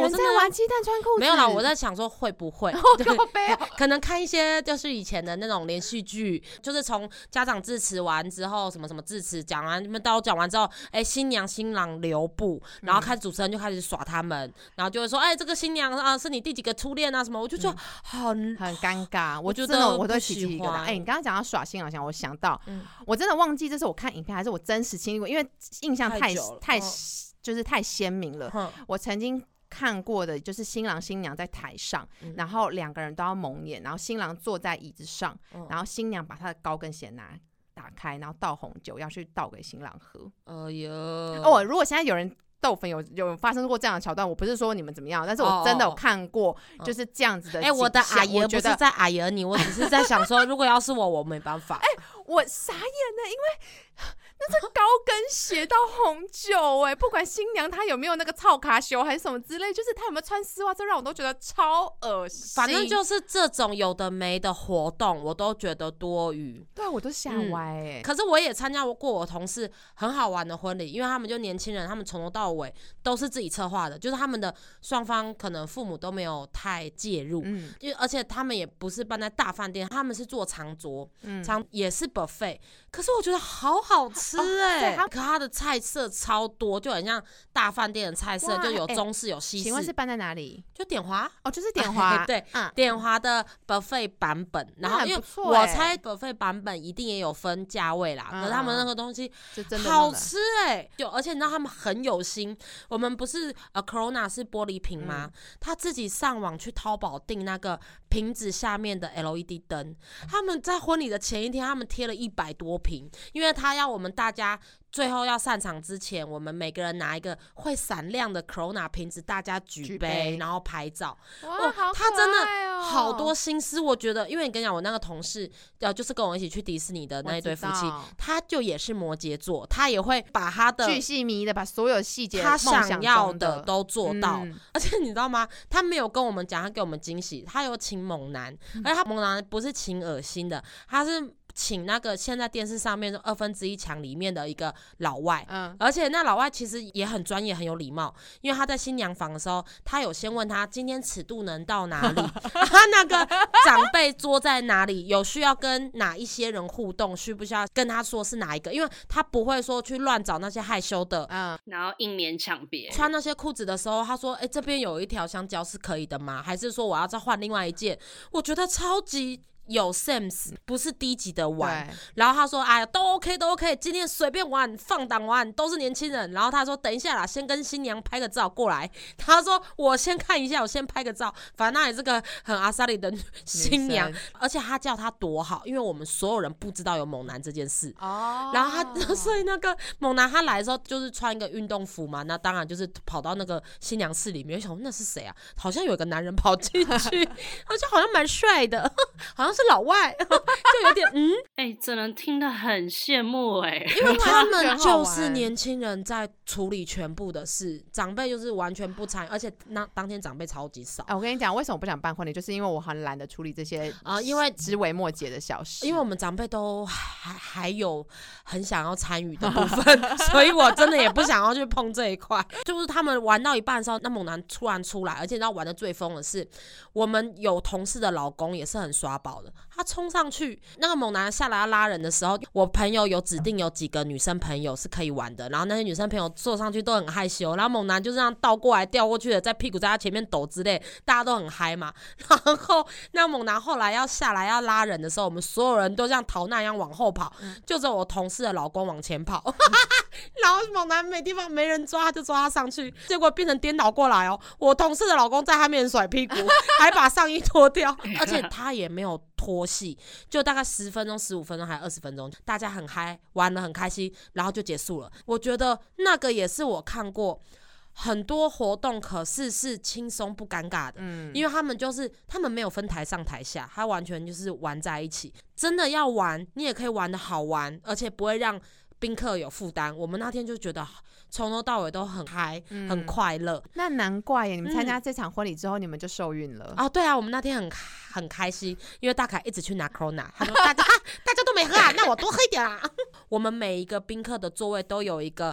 人在玩鸡蛋穿裤子？ 没有啦，我在想说会不会， 哦、 可能看一些就是以前的那种连续剧，就是从家长致辞完之后，什么什么致辞讲完，你们都讲完之后，哎、欸，新娘新郎留步，然后开始主持人就开始耍他们，然后就会说，哎、欸，这个新娘啊是你第几个初恋啊什么，我就觉得很、 嗯、很尴尬，我觉得我都起鸡皮疙瘩。哎、欸，你刚刚讲到耍新郎新娘，我想到、嗯，我真的忘记这是我看影片还是我真实经历过，因为印象太太、哦、就是太鲜明了、嗯。我曾经看过的就是新郎新娘在台上、嗯，然后两个人都要蒙眼，然后新郎坐在椅子上，嗯、然后新娘把她的高跟鞋拿打开，然后倒红酒要去倒给新郎喝。 哎呦， 哦，如果现在有人豆粉有有发生过这样的桥段，我不是说你们怎么样，但是我真的有看过就是这样子的。 哎、欸，我的阿爷不是在阿爷你，我只是在想说，如果要是我，我没办法。 哎、欸，我傻眼了，因为那是高跟鞋到红酒、欸，哎，不管新娘她有没有那个草卡修还是什么之类，就是她有没有穿丝袜，这让我都觉得超恶心。 反正就是这种有的没的活动，我都觉得多余。 对，我都吓歪哎、欸嗯。 可是我也参加过我同事很好玩的婚礼，因为他们就年轻人，他们从头到尾都是自己策划的，就是他们的双方可能父母都没有太介入，嗯，而且他们也不是办在大饭店，他们是做长桌，嗯，长也是 buffet， 可是我觉得好好吃哎、欸哦，可它的菜色超多，就很像大饭店的菜色，就有中式有西式。 请问是办在哪里？ 就典华哦，就是典华， 对，嗯，典华的 buffet 版本，然后因为我猜 buffet 版本一定也有分价位啦，嗯、可是他们那个东西好吃哎、欸，就而且你知道他们很有心，我们不是呃 Corona 是玻璃瓶吗、嗯？他自己上网去淘宝订那个瓶子下面的 L E D 灯，他们在婚礼的前一天，他们贴了一百多瓶，因为他要我们大家最后要散场之前，我们每个人拿一个会闪亮的 Corona 瓶子，大家举杯，举杯然后拍照。 哇，哦、好可爱哦！ 他真的好多心思，我觉得，因为你跟你讲，我那个同事呃，就是跟我一起去迪士尼的那一对夫妻，他就也是摩羯座，他也会把他的巨细靡的把所有细节他想要的都做到、 嗯， 而且你知道吗？他没有跟我们讲，他给我们惊喜，他有请猛男，嗯、而且他猛男不是请恶心的，他是请那个现在电视上面二分之一墙里面的一个老外，嗯，而且那老外其实也很专业，很有礼貌，因为他在新娘房的时候，他有先问他今天尺度能到哪里，他那个长辈坐在哪里，有需要跟哪一些人互动，需不需要跟他说是哪一个，因为他不会说去乱找那些害羞的， 嗯，然后硬勉强别人穿那些裤子的时候，他说，哎、欸，这边有一条香蕉是可以的吗？还是说我要再换另外一件？我觉得超级有 sense， 不是低级的玩。然后他说：“哎呀，都 OK， 都 OK， 今天随便玩，放胆玩，都是年轻人。”然后他说：“等一下啦，先跟新娘拍个照过来。”他说：“我先看一下，我先拍个照。”反正那也是个很阿萨里的新娘，而且他叫他多好，因为我们所有人不知道有猛男这件事。哦。然后他，所以那个猛男他来的时候就是穿一个运动服嘛，那当然就是跑到那个新娘室里面，想那是谁啊？好像有个男人跑进去，而且好像蛮帅的，好像。是老外，就有点嗯， 哎、欸，只能听得很羡慕哎、欸， 因为他们就是年轻人在处理全部的事，长辈就是完全不参与，而且那当天长辈超级少。 哎、欸，我跟你讲，为什么我不想办婚礼，就是因为我很懒得处理这些啊、呃，因为枝微末节的小事， 因为我们长辈都还还有很想要参与的部分，所以我真的也不想要去碰这一块。就是他们玩到一半的时候，那猛男突然出来，而且你知道玩的最疯的是，我们有同事的老公也是很耍宝的。他冲上去，那个猛男下来要拉人的时候，我朋友有指定有几个女生朋友是可以玩的，然后那些女生朋友坐上去都很害羞，然后猛男就这样倒过来掉过去的，在屁股在他前面抖之类，大家都很嗨嘛。然后那猛男后来要下来要拉人的时候，我们所有人都像逃难一样往后跑，嗯、就只有我同事的老公往前跑，然后猛男没地方没人抓，他就抓他上去，结果变成颠倒过来哦。我同事的老公在他面前甩屁股，还把上衣脱掉，而且他也没有拖戏，就大概十分钟、十五分钟还二十分钟，大家很嗨，玩得很开心，然后就结束了。我觉得那个也是我看过很多活动，可是是轻松不尴尬的，嗯，因为他们就是他们没有分台上台下，他完全就是玩在一起。真的要玩，你也可以玩得好玩，而且不会让宾客有负担。我们那天就觉得从头到尾都很嗨、嗯，很快乐。 那难怪耶，你们参加这场婚礼之后，嗯、你们就受孕了啊？对啊，我们那天很很开心，因为大凯一直去拿 Corona， 他说大家大家都没喝啊，那我多喝一点啊。我们每一个宾客的座位都有一个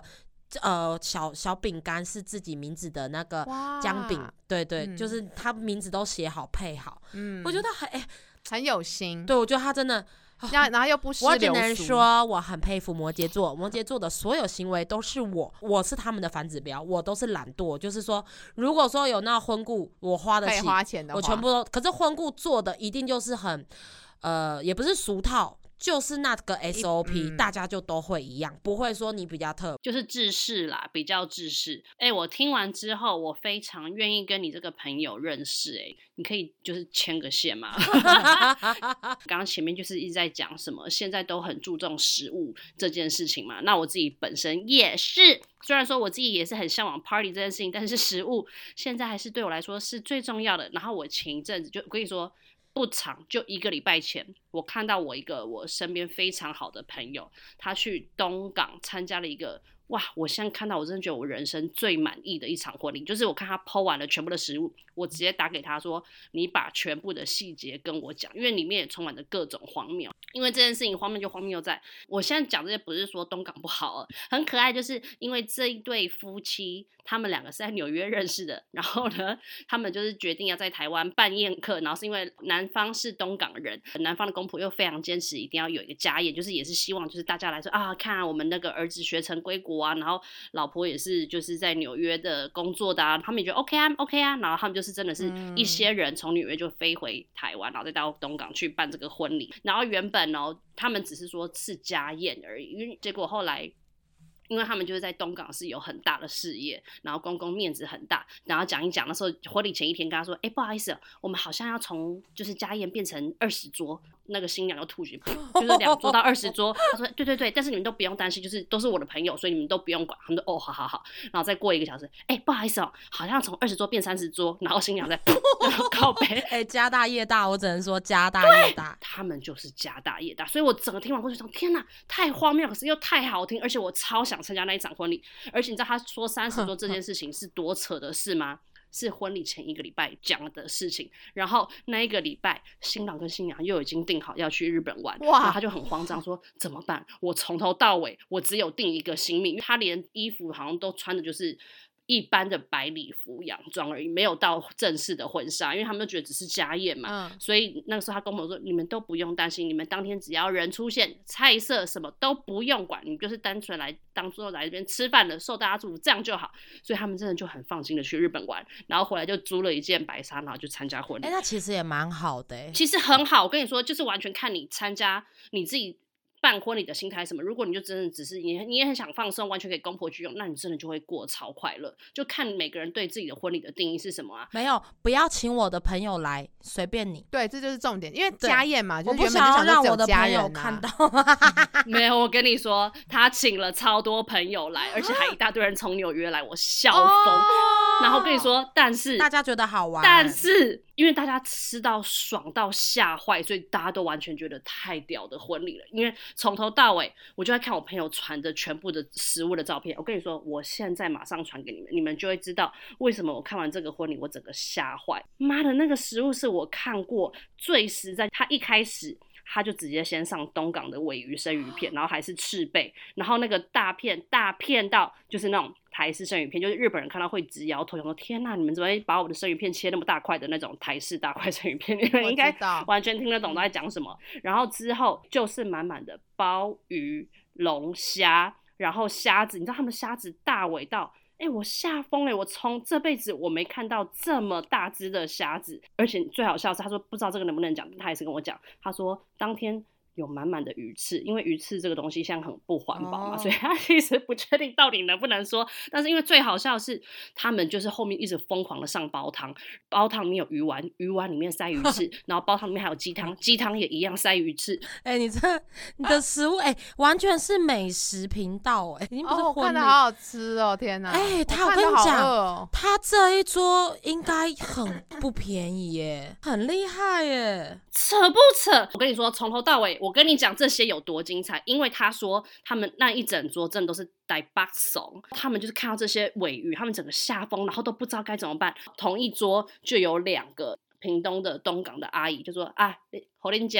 呃小小饼干是自己名字的那个姜饼，对对、嗯，就是他名字都写好配好，嗯，我觉得很哎、欸、 很有心， 对，我觉得他真的。 然后又不失流俗， 我只能说我很佩服摩羯座，摩羯座的所有行为都是我，我是他们的反指标，我都是懒惰，就是说，如果说有那婚顾我花得起， 可以花钱的话， 我全部都，可是婚顾做的一定就是很，呃，也不是俗套。就是那个 S O P、嗯、大家就都会一样，不会说你比较特别， 就是制式啦，比较制式。哎、欸，我听完之后，我非常愿意跟你这个朋友认识、欸。哎，你可以就是牵个线嘛。刚刚前面就是一直在讲什么，现在都很注重食物这件事情嘛。那我自己本身也是，虽然说我自己也是很向往 party 这件事情，但是食物现在还是对我来说是最重要的。然后我前一阵子就我跟你说。不长，就一个礼拜前，我看到我一个我身边非常好的朋友，他去东港参加了一个，哇！我现在看到我真的觉得我人生最满意的一场婚礼，就是我看他 po 完了全部的食物，我直接打给他说，你把全部的细节跟我讲，因为里面也充满着各种荒谬。因为这件事情荒谬就荒谬在，我现在讲这些不是说东港不好了，很可爱，就是因为这一对夫妻，他们两个是在纽约认识的，然后呢，他们就是决定要在台湾办宴客，然后是因为男方是东港人，男方的公婆又非常坚持一定要有一个家宴，就是也是希望就是大家来说啊，看啊我们那个儿子学成归国啊，然后老婆也是就是在纽约的工作的啊，他们也觉得 OK 啊 OK 啊，然后他们就是真的是一些人从纽约就飞回台湾，然后再到东港去办这个婚礼，然后原本哦他们只是说是家宴而已，因为结果后来。因为他们就是在东港是有很大的事业，然后公公面子很大，然后讲一讲，那时候婚礼前一天跟他说，哎、欸，不好意思，我们好像要从就是家宴变成二十桌，那个新娘就吐血，就是两桌到二十桌。他说，对对对，但是你们都不用担心，就是都是我的朋友，所以你们都不用管。他们说，哦，好好好。然后再过一个小时，哎、欸，不好意思哦，好像从二十桌变三十桌，然后新娘在然后靠北， 哎、欸，家大业大，我只能说家大业大， 他们就是家大业大，所以我整个听完过去想，天哪，太荒谬，可是又太好听，而且我超想参加那一场婚礼。而且你知道他说三十桌这件事情是多扯的事吗？是婚礼前一个礼拜讲的事情，然后那一个礼拜新郎跟新娘又已经订好要去日本玩，然后他就很慌张说怎么办，我从头到尾我只有订一个新命，他连衣服好像都穿的就是一般的白礼服洋装而已，没有到正式的婚纱，因为他们都觉得只是家宴嘛、嗯、所以那个时候他跟我说你们都不用担心，你们当天只要人出现，菜色什么都不用管，你们就是单纯来当做来这边吃饭的，受大家祝福，这样就好。所以他们真的就很放心的去日本玩，然后回来就租了一件白纱，然后就参加婚礼。 哎、欸，那其实也蛮好的、欸、 其实很好，我跟你说就是完全看你参加你自己办婚礼的心态什么，如果你就真的只是你你也很想放松，完全给公婆去用，那你真的就会过超快乐。就看每个人对自己的婚礼的定义是什么啊。 没有，不要请我的朋友来，随便你。 对，这就是重点，因为家宴嘛，就是原本就想让我的朋友看到。 没有，我跟你说，他请了超多朋友来，而且还一大堆人从纽约来，我笑疯。哦、然后跟你说，但是大家觉得好玩， 但是因为大家吃到爽到吓坏，所以大家都完全觉得太屌的婚礼了，因为从头到尾我就在看我朋友传的全部的食物的照片，我跟你说我现在马上传给你们，你们就会知道为什么我看完这个婚礼我整个吓坏。妈的，那个食物是我看过最实在，他一开始他就直接先上东港的鮪鱼生鱼片，然后还是赤贝，然后那个大片大片到就是那种台式生鱼片，就是日本人看到会直摇头，想说天哪，你们怎么会把我的生鱼片切那么大块的那种台式大块生鱼片？你们应该完全听得懂都在讲什么。然后之后就是满满的鲍鱼、龙虾，然后虾子，你知道他们虾子大尾到。哎、欸，我吓疯了！我从这辈子我没看到这么大只的虾子，而且最好笑的是，他说不知道这个能不能讲，他还是跟我讲，他说当天有满满的鱼翅，因为鱼翅这个东西现在很不环保嘛， oh. 所以他其实不确定到底能不能说。但是因为最好笑的是，他们就是后面一直疯狂的上煲汤，煲汤里面有鱼丸，鱼丸里面塞鱼翅，然后煲汤里面还有鸡汤，鸡汤也一样塞鱼翅。 哎、欸，你这你的食物哎、欸，完全是美食频道哎、欸，已经不是婚礼。哦， 我看得好好吃哦，天哪！ 哎、欸，他我跟你讲、哦，他这一桌应该很不便宜耶，很厉害耶， 扯不扯？我跟你说，从头到尾。我跟你讲这些有多精彩，因为他说他们那一整桌真的都是大北宋，他们就是看到这些鮪鱼，他们整个吓疯，然后都不知道该怎么办。同一桌就有两个屏东的东港的阿姨就说啊，好恁家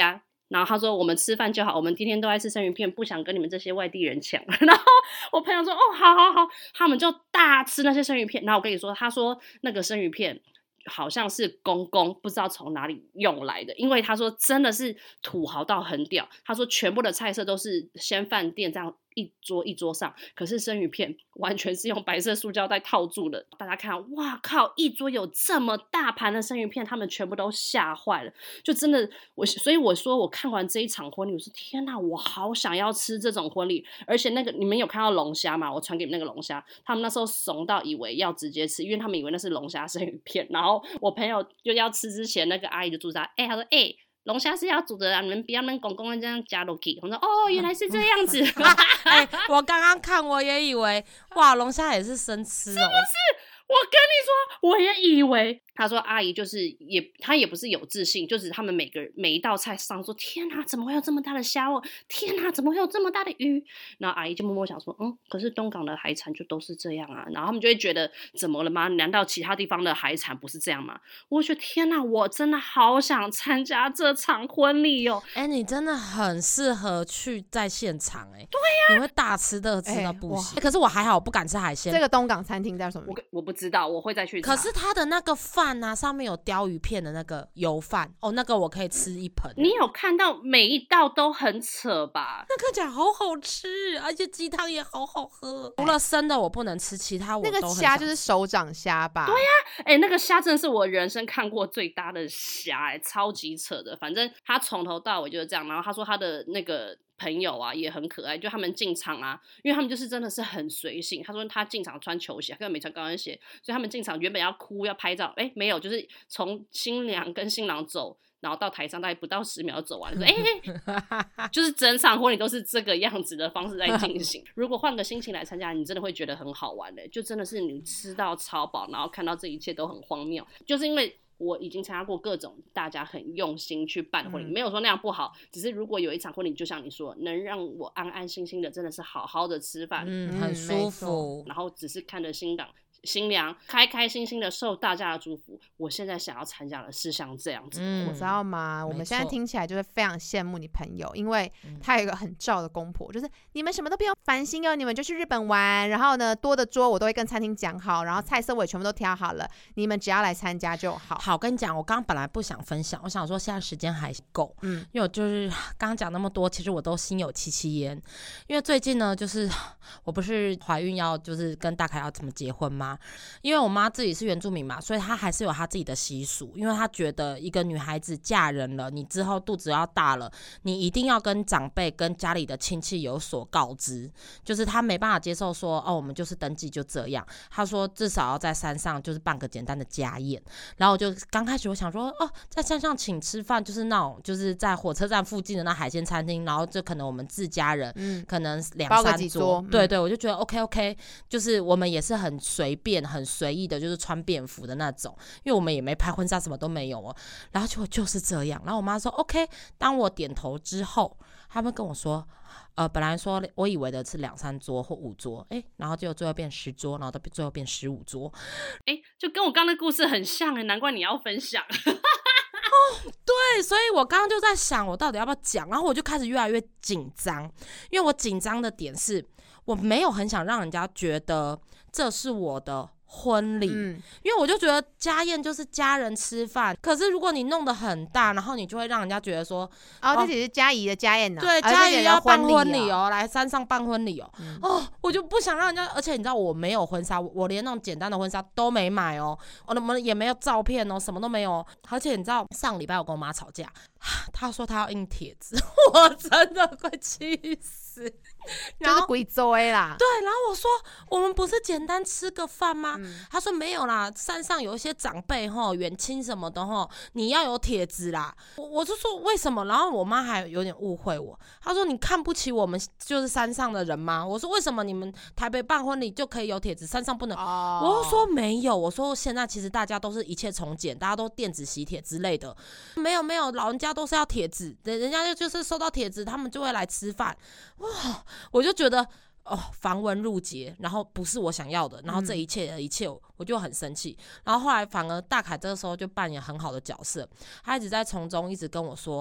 然后他说我们吃饭就好，我们天天都在吃生鱼片，不想跟你们这些外地人抢。然后我朋友说哦好好好，他们就大吃那些生鱼片。然后我跟你说，他说那个生鱼片好像是公公不知道从哪里用来的，因为他说真的是土豪到很屌，他说全部的菜色都是先饭店这样一桌一桌上，可是生鱼片完全是用白色塑胶袋套住的。大家看，哇靠，一桌有这么大盘的生鱼片，他们全部都吓坏了，就真的我，所以我说我看完这一场婚礼，我说天哪，我好想要吃这种婚礼。而且那个你们有看到龙虾吗？我传给你们那个龙虾，他们那时候怂到以为要直接吃，因为他们以为那是龙虾生鱼片。然后我朋友就要吃之前，那个阿姨就祝他，哎、欸，他说，哎、欸。龙虾是要煮的啊，你们不要那公公这样加入去。我说哦，原来是这样子。 哎、我刚刚看我也以为，哇，龙虾也是生吃哦。是不是？我跟你说，我也以为。他说阿姨就是也，他也不是有自信，就是他们每个每一道菜上说，天哪，怎么会有这么大的虾哦？天哪，怎么会有这么大的鱼？然后阿姨就默默想说，嗯，可是东港的海产就都是这样啊。然后他们就会觉得，怎么了吗？难道其他地方的海产不是这样吗？我觉得天哪，我真的好想参加这场婚礼哦。 哎、欸，你真的很适合去在现场哎、欸。对呀、 啊，你会大吃特吃到不行、欸。可是我还好，我不敢吃海鲜。 这个东港餐厅叫什么名？ 我我不知道，我会再去查。 可是它的那个饭啊，上面有鲷鱼片的那个油饭哦，那个我可以吃一盆。 你有看到每一道都很扯吧？ 那看起来好好吃，而且鸡汤也好好喝。除了生的我不能吃，其他我都很想吃。 那个虾就是手掌虾吧？ 对呀、啊，哎、欸，那个虾真的是我人生看过最大的虾、欸，哎，超级扯的。反正他从头到尾就是这样。然后他说他的那个朋友啊也很可爱，就他们进场啊，因为他们就是真的是很随性。他说他进场穿球鞋，根本没穿高跟鞋，所以他们进场原本要哭要拍照，哎、欸，没有，就是从新娘跟新郎走。然后到台上大概不到十秒就走完了，说哎、欸，就是整场婚礼都是这个样子的方式在进行。如果换个心情来参加，你真的会觉得很好玩的、欸，就真的是你吃到超饱，然后看到这一切都很荒谬。就是因为我已经参加过各种大家很用心去办婚礼、嗯，没有说那样不好，只是如果有一场婚礼，就像你说，能让我安安心心的，真的是好好的吃饭， 嗯，很舒服， 然后只是看着新郎。新娘开开心心的受大家的祝福，我现在想要参加的是像这样子的、 嗯、我知道吗？我们现在听起来就是非常羡慕你朋友，因为他有一个很照的公婆、嗯、就是你们什么都不用烦心哦，你们就去日本玩，然后呢多的桌我都会跟餐厅讲好，然后菜色我也全部都挑好了，你们只要来参加就好。 好，跟你讲，我刚刚本来不想分享，我想说现在时间还够，嗯，因为我就是刚刚讲那么多，其实我都心有戚戚焉，因为最近呢，就是我不是怀孕要就是跟大凯要怎么结婚吗？因为我妈自己是原住民嘛，所以她还是有她自己的习俗，因为她觉得一个女孩子嫁人了，你之后肚子要大了，你一定要跟长辈跟家里的亲戚有所告知，就是她没办法接受说哦我们就是登记就这样，她说至少要在山上就是办个简单的家宴。然后我就刚开始我想说哦在山上请吃饭，就是那种就是在火车站附近的那海鲜餐厅，然后就可能我们自家人、嗯、可能两三桌，包个几桌、嗯、对对，我就觉得 OK OK， 就是我们也是很随便很随意的，就是穿便服的那种，因为我们也没拍婚纱，什么都没有哦。然后结果就是这样，然后我妈说 OK， 当我点头之后，他们跟我说，呃，本来说我以为的是两三桌或五桌，哎，然后结果最后变十桌，然后到最后变十五桌， 哎，就跟我刚刚的故事很像哎，难怪你要分享。 哦，对，所以我刚刚就在想，我到底要不要讲，然后我就开始越来越紧张，因为我紧张的点是，我没有很想让人家觉得这是我的婚礼、嗯，因为我就觉得家宴就是家人吃饭，可是如果你弄得很大，然后你就会让人家觉得说， 哦，这只是嘉怡的家宴呢、啊， 对，嘉怡要办婚礼哦，来山上办婚礼哦、嗯，哦，我就不想让人家，而且你知道我没有婚纱，我连那种简单的婚纱都没买哦，我们也没有照片哦，什么都没有，而且你知道上礼拜我跟我妈吵架，她说她要印帖子，我真的快气死。 就是贵州的啦， 对，然后我说我们不是简单吃个饭吗？嗯、他说没有啦，山上有一些长辈吼、远亲什么的吼，你要有帖子啦。我我就说为什么？然后我妈还有点误会我，她说你看不起我们就是山上的人吗？我说为什么你们台北办婚礼就可以有帖子，山上不能？哦、我就说没有，我说现在其实大家都是一切从简，大家都电子喜帖之类的，没有没有，老人家都是要帖子，人家就是收到帖子，他们就会来吃饭。哇！我就觉得哦，繁文缛节，然后不是我想要的，然后这一切的一切，我就很生气。然后后来反而大凯这个时候就扮演很好的角色，他一直在从中一直跟我说，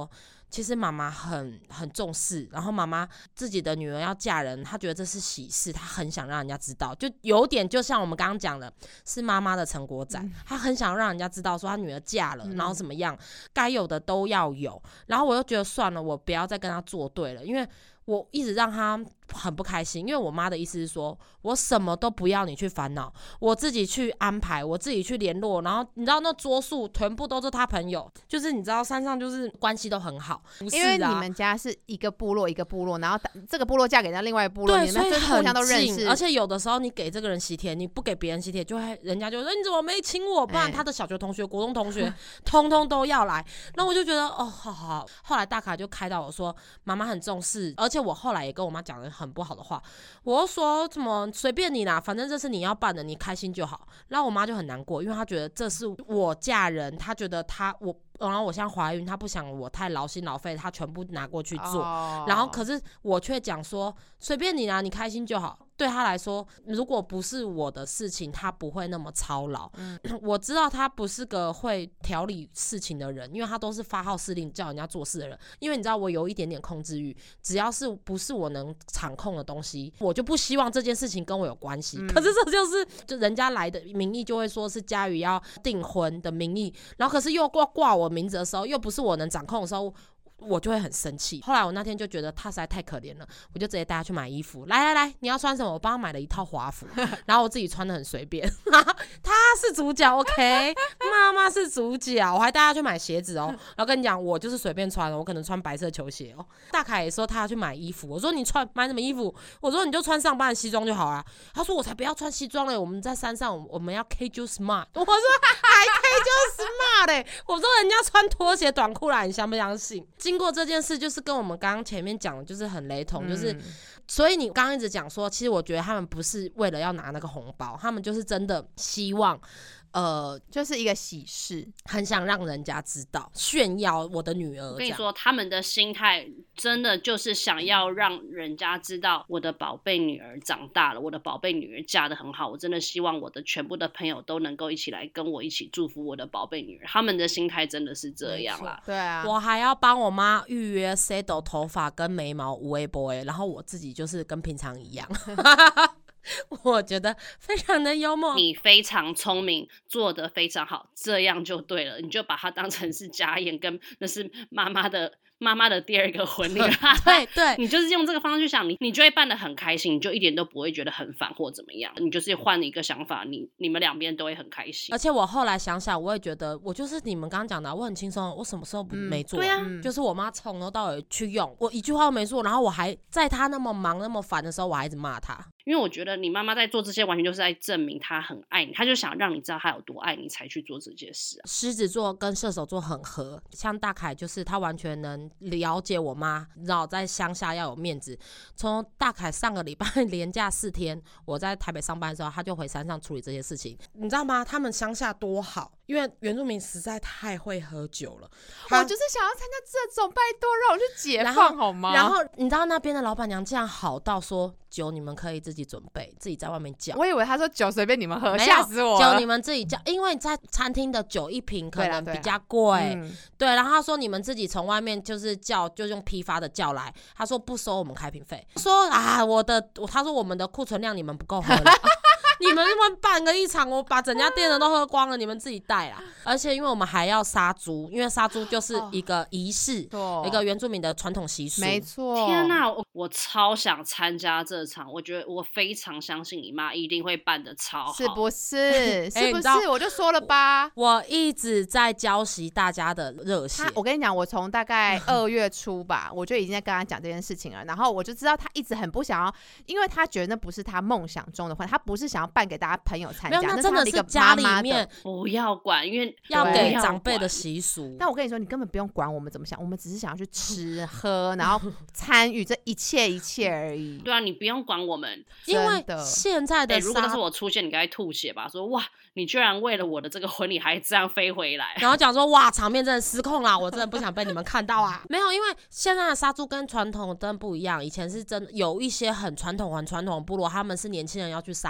其实妈妈很很重视，然后妈妈自己的女儿要嫁人，她觉得这是喜事，她很想让人家知道，就有点就像我们刚刚讲的，是妈妈的成果展，嗯、她很想让人家知道说她女儿嫁了，嗯、然后怎么样，该有的都要有。然后我又觉得算了，我不要再跟她作对了，因为我一直让她很不开心，因为我妈的意思是说，我什么都不要你去烦恼，我自己去安排，我自己去联络，然后你知道那桌数全部都是他朋友，就是你知道山上就是关系都很好，不是啊、 因为你们家是一个部落一个部落，然后这个部落嫁给人家另外一个部落， 对， 你们就是互相都认识， 而且有的时候你给这个人喜帖，你不给别人喜帖，就会人家就说你怎么没请我，不然他的小学同学、国中同学通通都要来，然后我就觉得哦，好好好，后来大卡就开导我说，妈妈很重视，而且我后来也跟我妈讲了很不好的话。我说怎么随便你啦，反正这是你要办的，你开心就好。然后我妈就很难过，因为她觉得这是我嫁人，她觉得她我，然后我现在怀孕，她不想我太劳心劳肺，她全部拿过去做。Oh. 然后可是我却讲说随便你啦，你开心就好。对她来说，如果不是我的事情，她不会那么操劳。嗯、我知道她不是个会调理事情的人，因为她都是发号施令叫人家做事的人。因为你知道我有一点点控制欲，只要是不是我能掌控的东西，我就不希望这件事情跟我有关系。嗯、可是这就是就人家来的名义就会说是佳瑜要订婚的名义，然后可是又挂挂我名字的时候，又不是我能掌控的时候。我就会很生气。后来我那天就觉得他实在太可怜了，我就直接带他去买衣服。来来来，你要穿什么？我帮他买了一套华服，然后我自己穿得很随便。他是主角 ，OK， 妈妈是主角，我还带他去买鞋子哦。然后跟你讲，我就是随便穿，我可能穿白色球鞋哦。大凯也说他要去买衣服，我说你穿买什么衣服？我说你就穿上班的西装就好了。他说我才不要穿西装嘞，我们在山上，我们要 casual smart。我说还 casual smart 嘞，我说人家穿拖鞋短裤啦，你相不相信？经过这件事，就是跟我们刚刚前面讲的，就是很雷同，嗯、就是，所以你刚刚一直讲说，其实我觉得他们不是为了要拿那个红包，他们就是真的希望。呃， 就是一个喜事， 很想让人家知道，炫耀我的女儿。 我跟你说，他们的心态真的就是想要让人家知道，我的宝贝女儿长大了，我的宝贝女儿嫁得很好。我真的希望我的全部的朋友都能够一起来跟我一起祝福我的宝贝女儿。他们的心态真的是这样啦。 对啊， 我还要帮我妈预约 set 头发跟眉毛无微波，然后我自己就是跟平常一样。我觉得非常的幽默， 你非常聪明，做得非常好，这样就对了，你就把它当成是家宴，跟那是妈妈的妈妈的第二个婚礼。 对对， 你就是用这个方式去想，你你就会办得很开心，你就一点都不会觉得很烦或怎么样，你就是换一个想法，你你们两边都会很开心。 而且我后来想想，我也觉得我就是你们刚刚讲的，我很轻松，我什么时候不、嗯、没做？ 对啊， 就是我妈从头到尾去用，我一句话都没做，然后我还在她那么忙那么烦的时候，我还一直骂她。 因为我觉得你妈妈在做这些完全就是在证明她很爱你，她就想让你知道她有多爱你才去做这件事、啊、 狮子座跟射手座很合，像大凯就是他完全能了解我妈，你知道在乡下要有面子。从大凯上个礼拜连假四天，我在台北上班的时候，他就回山上处理这些事情，你知道吗？他们乡下多好，因为原住民实在太会喝酒了。 我就是想要参加这种，拜托让我去解放好吗？ 然后你知道那边的老板娘竟然好到说，酒你们可以自己准备，自己在外面叫。 我以为他说酒随便你们喝，吓死我了。酒你们自己叫，因为在餐厅的酒一瓶可能比较贵， 对, 对, 嗯、对。然后他说你们自己从外面就是叫，就用批发的叫来。他说不收我们开瓶费，说啊我的，他说我们的库存量你们不够喝了。你们办个一场，我把整家店的都喝光了，你们自己带啦。而且因为我们还要杀猪，因为杀猪就是一个仪式、哦，一个原住民的传统习俗。 没错。 天哪，我, 我超想参加这场，我觉得我非常相信你妈一定会办得超好， 是不是？是不是？欸、我就说了吧， 我一直在浇熄大家的热血。 我跟你讲，我从大概二月初吧，我就已经在跟他讲这件事情了。然后我就知道他一直很不想要，因为他觉得那不是他梦想中的婚，他不是想要办给大家朋友参加， 没有， 那真的是家里面不要管，因为要给长辈的习俗。 但我跟你说，你根本不用管我们怎么想，我们只是想要去吃喝，然后参与这一切一切而已。 对啊，你不用管我们， 因为现在的、欸、 如果那是我出现，你该吐血吧？说哇，你居然为了我的这个婚礼还这样飞回来， 然后讲说哇，场面真的失控啦，我真的不想被你们看到啊。没有，因为现在的杀猪跟传统真的不一样，以前是真的有一些很传统很传统的部落，他们是年轻人要去杀活猪。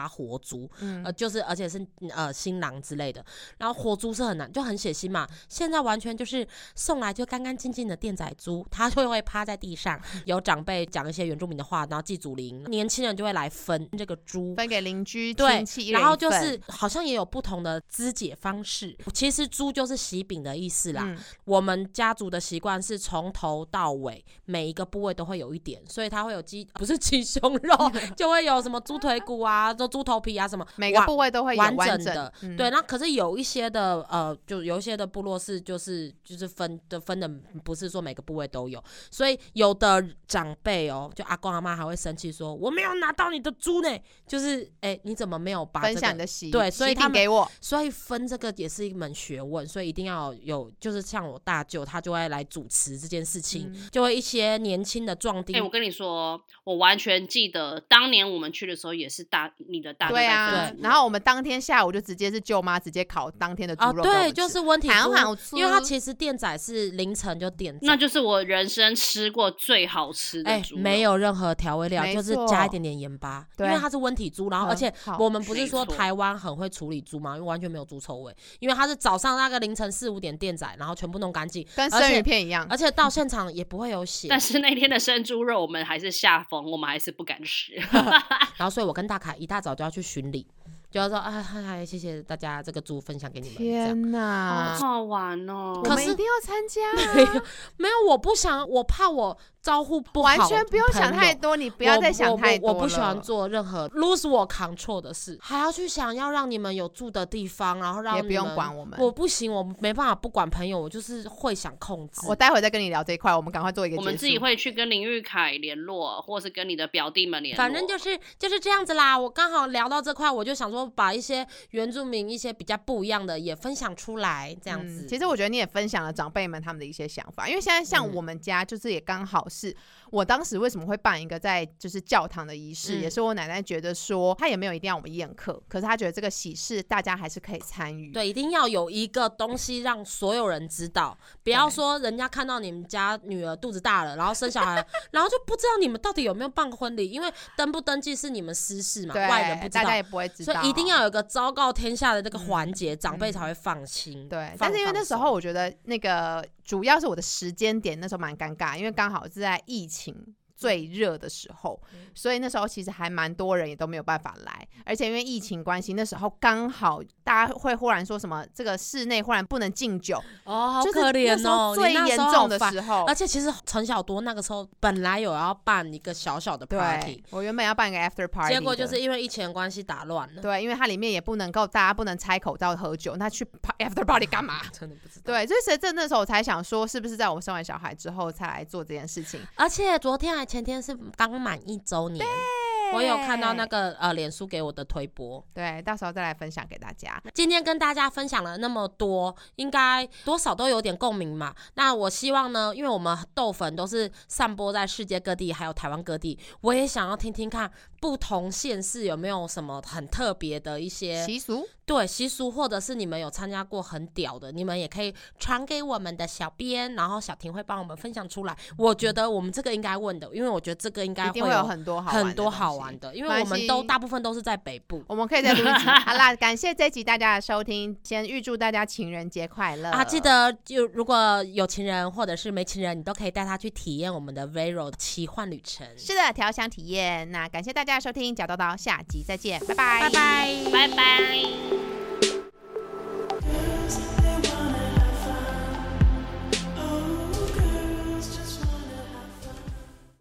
猪，嗯、呃，就是而且是呃新郎之类的。然后活猪是很难，就很血腥嘛。现在完全就是送来就干干净净的电仔猪，他就会趴在地上，有长辈讲一些原住民的话，然后祭祖灵，年轻人就会来分这个猪， 分给邻居亲戚， 然后就是好像也有不同的肢解方式。其实猪就是喜饼的意思啦。嗯、我们家族的习惯是从头到尾每一个部位都会有一点，所以它会有鸡，不是鸡胸肉，就会有什么猪腿骨啊、猪头皮啊什么， 每个部位都会有完整的。 嗯、 对，那可是有一些的呃，就有一些的部落是就是就是分的分的不是说每个部位都有，所以有的长辈哦，就阿公阿妈还会生气说我没有拿到你的猪呢，就是哎、欸、你怎么没有把、这个、 分享你的喜对，所以他们给我， 所以分这个也是一门学问，所以一定要有，就是像我大舅他就会来主持这件事情，嗯、就会一些年轻的壮丁。 哎、欸，我跟你说，我完全记得当年我们去的时候也是大你的大舅对啊，对，然后我们当天下午就直接是舅妈直接烤当天的猪肉， 哦，对，就是温体猪， 好好吃， 因为它其实电仔是凌晨就电仔， 那就是我人生吃过最好吃的猪肉， 欸、没有任何调味料，就是加一点点盐巴，因为它是温体猪，然后而且我们不是说台湾很会处理猪嘛，因为完全没有猪臭味，因为它是早上那个凌晨四五点电仔，然后全部弄干净， 跟生鱼片一样， 而且到现场也不会有血。 但是那天的生猪肉我们还是下风，我们还是不敢吃。 然后所以我跟大凯一大早就要去巡礼。就要说啊，嗨，谢谢大家，这个猪分享给你们。 天哪， 好好玩哦！ 我们一定要参加、啊。 没有，没有，我不想，我怕我招呼不好， 完全不用想太多，你不要再想太多了。 我, 我, 我不喜欢做任何 lose 我 control 的事，还要去想要让你们有住的地方，然后让你们也不用管我们。 我不行，我没办法不管朋友，我就是会想控制。 我待会再跟你聊这一块，我们赶快做一个结束。 我们自己会去跟林玉凯联络，或是跟你的表弟们联络。 反正就是就是这样子啦。我刚好聊到这块，我就想说把一些原住民一些比较不一样的也分享出来，这样子、 嗯。其实我觉得你也分享了长辈们他们的一些想法，因为现在像我们家就是也刚好是我当时为什么会办一个在就是教堂的仪式、嗯，也是我奶奶觉得说她也没有一定要我们宴客，可是她觉得这个喜事大家还是可以参与。 对，一定要有一个东西让所有人知道，不要说人家看到你们家女儿肚子大了，然后生小孩，然后就不知道你们到底有没有办婚礼，因为登不登记是你们私事嘛，外人不知道， 大家也不会知道， 所以一定要有一个昭告天下的这个环节、嗯，长辈才会放心。 对，但是因为那时候我觉得那个主要是我的时间点那时候蛮尴尬，因为刚好是在疫情最热的时候、嗯，所以那时候其实还蛮多人也都没有办法来，而且因为疫情关系，那时候刚好大家会忽然说什么这个室内忽然不能敬酒， 哦，好可怜哦， 最严重的时候， 而且其實陳小多那個時候本來有要辦一個小小的 party， 我原本要辦一個 after party， 結果就是因為疫情的關係打亂了。 對，因為它裡面也不能夠大家不能拆口罩喝酒，那去 after party 幹嘛？ 真的不知道。 對，所以其實那時候我才想說，是不是在我生完小孩之後才來做這件事情？ 而且昨天還前天是剛滿一週年。我有看到那個呃臉書給我的推播， 對，到時候再來分享給大家。 今天跟大家分享了那麼多，應該多少都有點共鳴嘛。那我希望呢，因為我們豆粉都是散播在世界各地，還有台灣各地，我也想要聽聽看不同縣市有沒有什麼很特別的一些習俗， 對習俗，或者是你們有參加過很屌的，你們也可以傳給我們的小編，然後小婷會幫我們分享出來。我覺得我們這個應該問的，因為我覺得這個應該會有很多好很多好玩的，因為我們都大部分都是在北部， 我們可以再錄一集。好啦，感謝這集大家的收聽，先預祝大家情人節快樂啊！記得就如果有情人或者是沒情人，你都可以帶他去體驗我們的 Vero 奇幻旅程。 是的，調香體驗。那感謝大家的收聽，假叨叨，下集再見，拜拜， 拜拜， 拜拜。